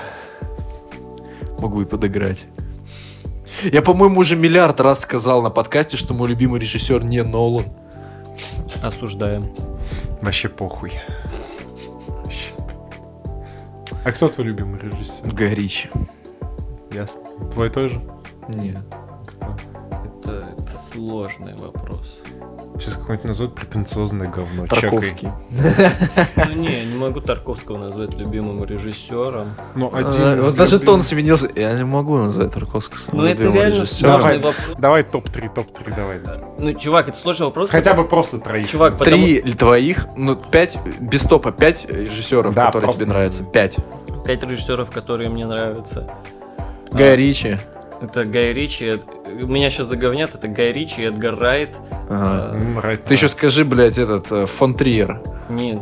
Могу и подыграть. Я, по-моему, уже миллиард раз сказал на подкасте, что мой любимый режиссер не Нолан. Осуждаем. Вообще похуй. Вообще. А кто твой любимый режиссер? Гай Ричи. Ясно. Твой тоже? Нет. Кто? Это сложный вопрос. Сейчас какой-нибудь назовут претенциозное говно. Тарковский. Ну не могу Тарковского назвать любимым режиссером. Ну, один Вот из даже любимых. тон сменился. Я не могу назвать Тарковского своим Ну это любимым реально режиссером. сложный Давай. вопрос. Давай топ-3, давай. Ну, чувак, это сложный вопрос. Хотя бы просто троих. Чувак, назови. 3 твоих, ну 5, без топа, 5 режиссеров, Да, которые просто тебе нравятся. 5. 5 режиссеров, которые мне нравятся. Гай Ричи. Это Гай Ричи. Меня сейчас заговнят. Это Гай Ричи, Эдгар Райт. Ага. Райт, Ты еще скажи, блядь, этот фон Триер. Нет.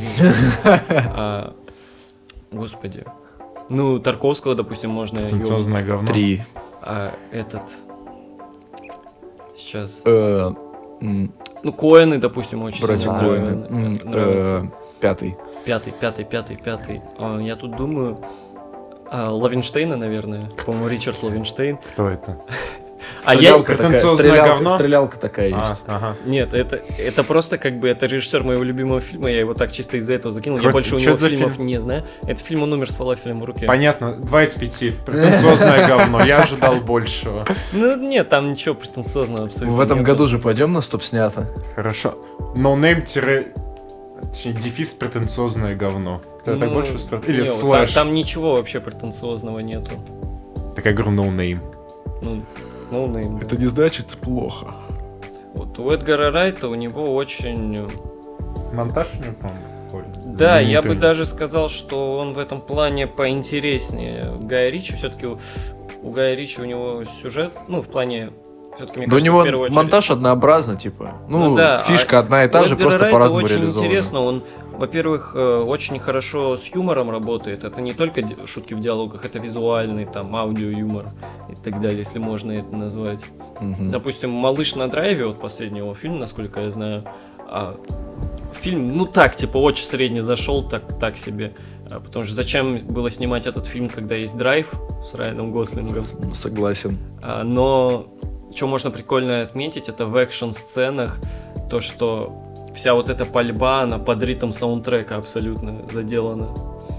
Господи. Ну, Тарковского, допустим, можно... Претенциозное говно. 3. Этот... Сейчас... Ну, Коэны, допустим, очень Братья сильно Коэны. нравятся. 5. Пятый. Я тут думаю... Лавинштейна, наверное. По-моему, Ричард Лавинштейн. Кто это? Претенциозное говно? Стрелялка такая есть. Ага. Нет, это просто как бы это режиссер моего любимого фильма, я его так чисто из-за этого закинул. Я Какой- больше у чё него это за фильмов фильм? не знаю. Это фильм «Он умер с фалафелем в руке». Понятно, 2 из 5. Претенциозное говно. Я ожидал большего. Ну нет, там ничего претенциозного абсолютно. В этом нету. году же пойдем на стоп снято. Хорошо. Ноунейм точнее, дефис претенциозное говно. Ты так Ну, больше устроит? Или не, слэш? Там ничего вообще претенциозного нету. Так я говорю ноунейм. Ну, ноунейм, да. не значит плохо. Вот у Эдгара Райта у него очень... Монтаж у него, по-моему. прикольный. Да, я бы Знаменитый. даже сказал, что он в этом плане поинтереснее Гая Ричи. Все-таки у Гая Ричи у него сюжет, ну, в плане... Все-таки, мне Да у кажется, него в первую очередь... монтаж однообразный, типа. Ну, да, фишка одна и та у же, Эдгара просто Райта по-разному очень реализована. интересно, он, во-первых, очень хорошо с юмором работает. Это не только шутки в диалогах, это визуальный, там, аудио-юмор и так далее, если можно это назвать. Мгм. Допустим, «Малыш на драйве», вот последнего фильма, насколько я знаю, фильм, ну так, типа, очень средне зашел, так себе. Потому что зачем было снимать этот фильм, когда есть «Драйв» с Райаном Гослингом? Согласен. Но что можно прикольно отметить, это в экшн-сценах то, что вся вот эта пальба, она под ритм саундтрека абсолютно заделана.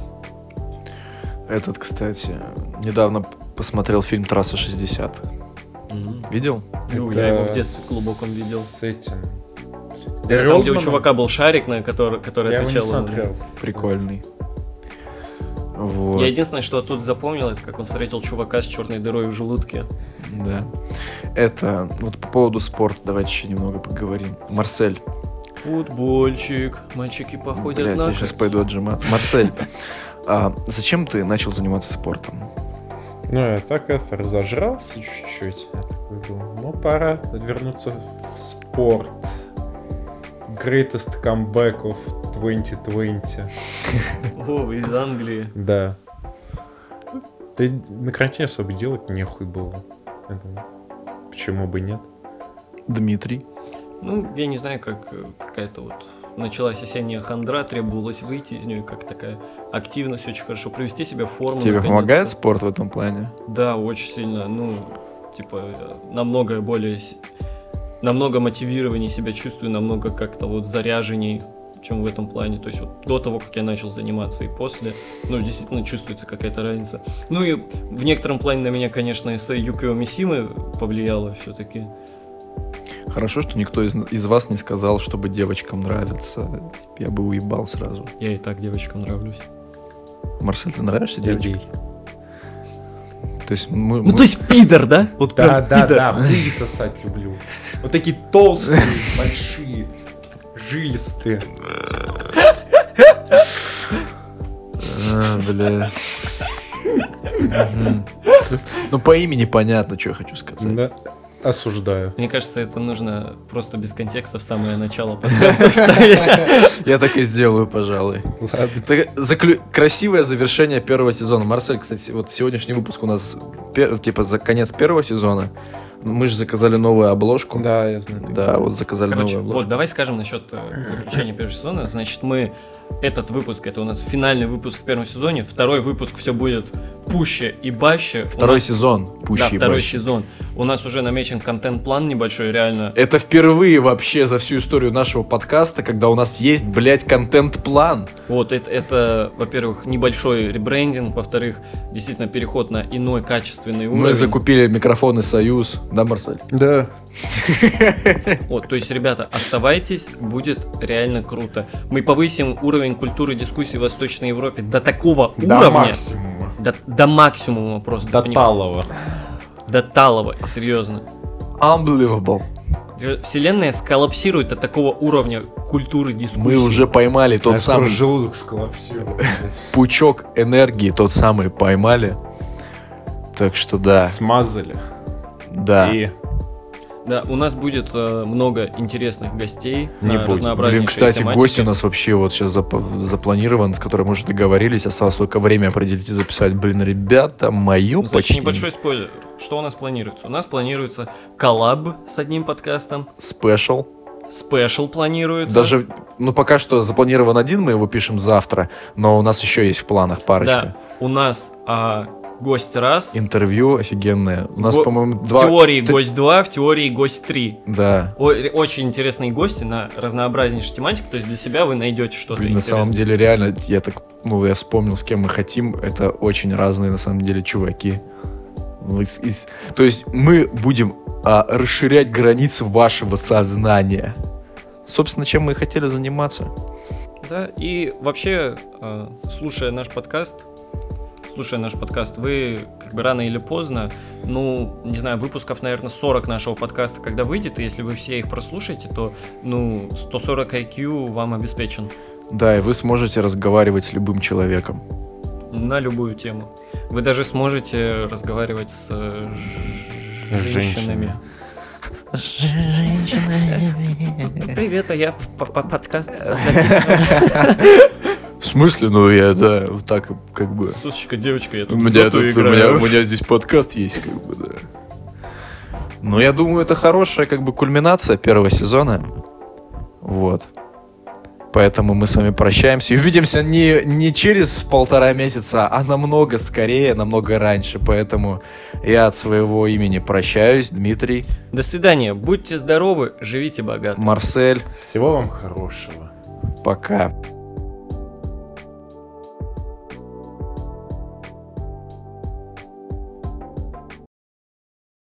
Этот, кстати, недавно посмотрел фильм «Трасса 60». Видел? Ну, Это я его в детстве глубоком видел. С этим. Это там, где у чувака был шарик, на который Я его не отвечал. смотрел. Прикольный. Вот. Я единственное, что тут запомнил, это как он встретил чувака с черной дырой в желудке. Да. Это, вот по поводу спорта, давайте еще немного поговорим. Марсель. Футбольчик, мальчики походят Блядь, на... я сейчас пойду отжимать. Марсель, зачем ты начал заниматься спортом? Ну, я так разожрался чуть-чуть. Я такой думал, ну, пора вернуться в спорт. Greatest comeback of 2020. О, из Англии. Да. Да и на карантине особо делать нехуй было. Я думаю, почему бы нет? Дмитрий. Ну, я не знаю, как какая-то вот началась осенняя хандра, требовалось выйти из нее, как такая активность, очень хорошо привести себя в форму. Тебе наконец-то. помогает спорт в этом плане? Да, очень сильно. Ну, типа, намного более... Намного мотивированнее себя чувствую, намного как-то вот заряженней, чем в этом плане. То есть вот до того, как я начал заниматься и после, ну, действительно чувствуется какая-то разница. Ну и в некотором плане на меня, конечно, эссе Юкио Мисимы повлияло все-таки. Хорошо, что никто из вас не сказал, чтобы девочкам нравится. Я бы уебал сразу. Я и так девочкам нравлюсь. Марсель, ты нравишься девочкам? Гей. То есть мы... Ну, то есть пидор, да? Вот Да, прям да, пидор. да, хуи сосать люблю. Вот такие толстые, большие, жилистые. Бля. Мгм. Ну, по имени понятно, что я хочу сказать. Да. Осуждаю. Мне кажется, это нужно просто без контекста в самое начало подкаста вставить. Я так и сделаю, пожалуй. Ладно. Так, красивое завершение первого сезона. Марсель, кстати, вот сегодняшний выпуск у нас типа за конец первого сезона. Мы же заказали новую обложку. Да, я знаю. Да, вот заказали Короче, новую обложку. вот давай скажем насчет заключения первого сезона. Значит, мы этот выпуск, это у нас финальный выпуск в первом сезоне. Второй выпуск все будет пуще и баще. Второй сезон. Да, Пуще и второй больше. сезон. У нас уже намечен контент-план небольшой, реально. Это впервые вообще за всю историю нашего подкаста, когда у нас есть, блядь, контент-план. Вот это, во-первых, небольшой ребрендинг, во-вторых, действительно переход на иной качественный уровень. Мы закупили микрофоны «Союз». Да, Марсель? Да. Вот, то есть, ребята, оставайтесь, будет реально круто. Мы повысим уровень культуры дискуссий в Восточной Европе до такого До уровня. максимума. До максимума просто. До понимаете? талого. До талого, серьезно. Unbelievable. Вселенная сколлапсирует от такого уровня культуры дискуссий. Мы уже поймали тот Я скоро самый желудок сколлапсирует. пучок энергии, тот самый поймали. Так что да, Смазали. да. И Да, у нас будет много интересных гостей. Не на будет. разнообразнейшие Блин, кстати, тематики. гость у нас вообще вот сейчас запланирован, с которым мы уже договорились. Осталось только время определить и записать. Блин, ребята, мое Значит, почти небольшой спойлер. Что у нас планируется? У нас планируется коллаб с одним подкастом. спешл. Спешл планируется. Даже, ну, пока что запланирован один, мы его пишем завтра, но у нас еще есть в планах парочка. Да, у нас гость раз. Интервью офигенное. У нас, Го- по-моему, В два... теории гость 2, в теории гость 3. Да. Очень интересные гости на разнообразнейшей тематике. То есть для себя вы найдете что-то Блин, на интересное. самом деле, реально, я так, ну, я вспомнил, с кем мы хотим. Это очень разные, на самом деле, чуваки. То есть мы будем расширять границы вашего сознания. Собственно, чем мы и хотели заниматься. Да, и вообще, слушая наш подкаст, вы как бы рано или поздно, ну, не знаю, выпусков, наверное, 40 нашего подкаста, когда выйдет, и если вы все их прослушаете, то, ну, 140 IQ вам обеспечен. Да, и вы сможете разговаривать с любым человеком. На любую тему. Вы даже сможете разговаривать с женщинами. Привет, а я подкаст записываю. В смысле? Ну, я, да, вот так, как бы... Сусечка, девочка, я тут У меня играю. у меня здесь подкаст есть, как бы, да. Ну, я думаю, это хорошая, как бы, кульминация первого сезона. Вот. Поэтому мы с вами прощаемся. И увидимся не через 1,5 месяца, а намного скорее, намного раньше. Поэтому я от своего имени прощаюсь. Дмитрий. До свидания. Будьте здоровы, живите богато. Марсель. Всего вам хорошего. Пока.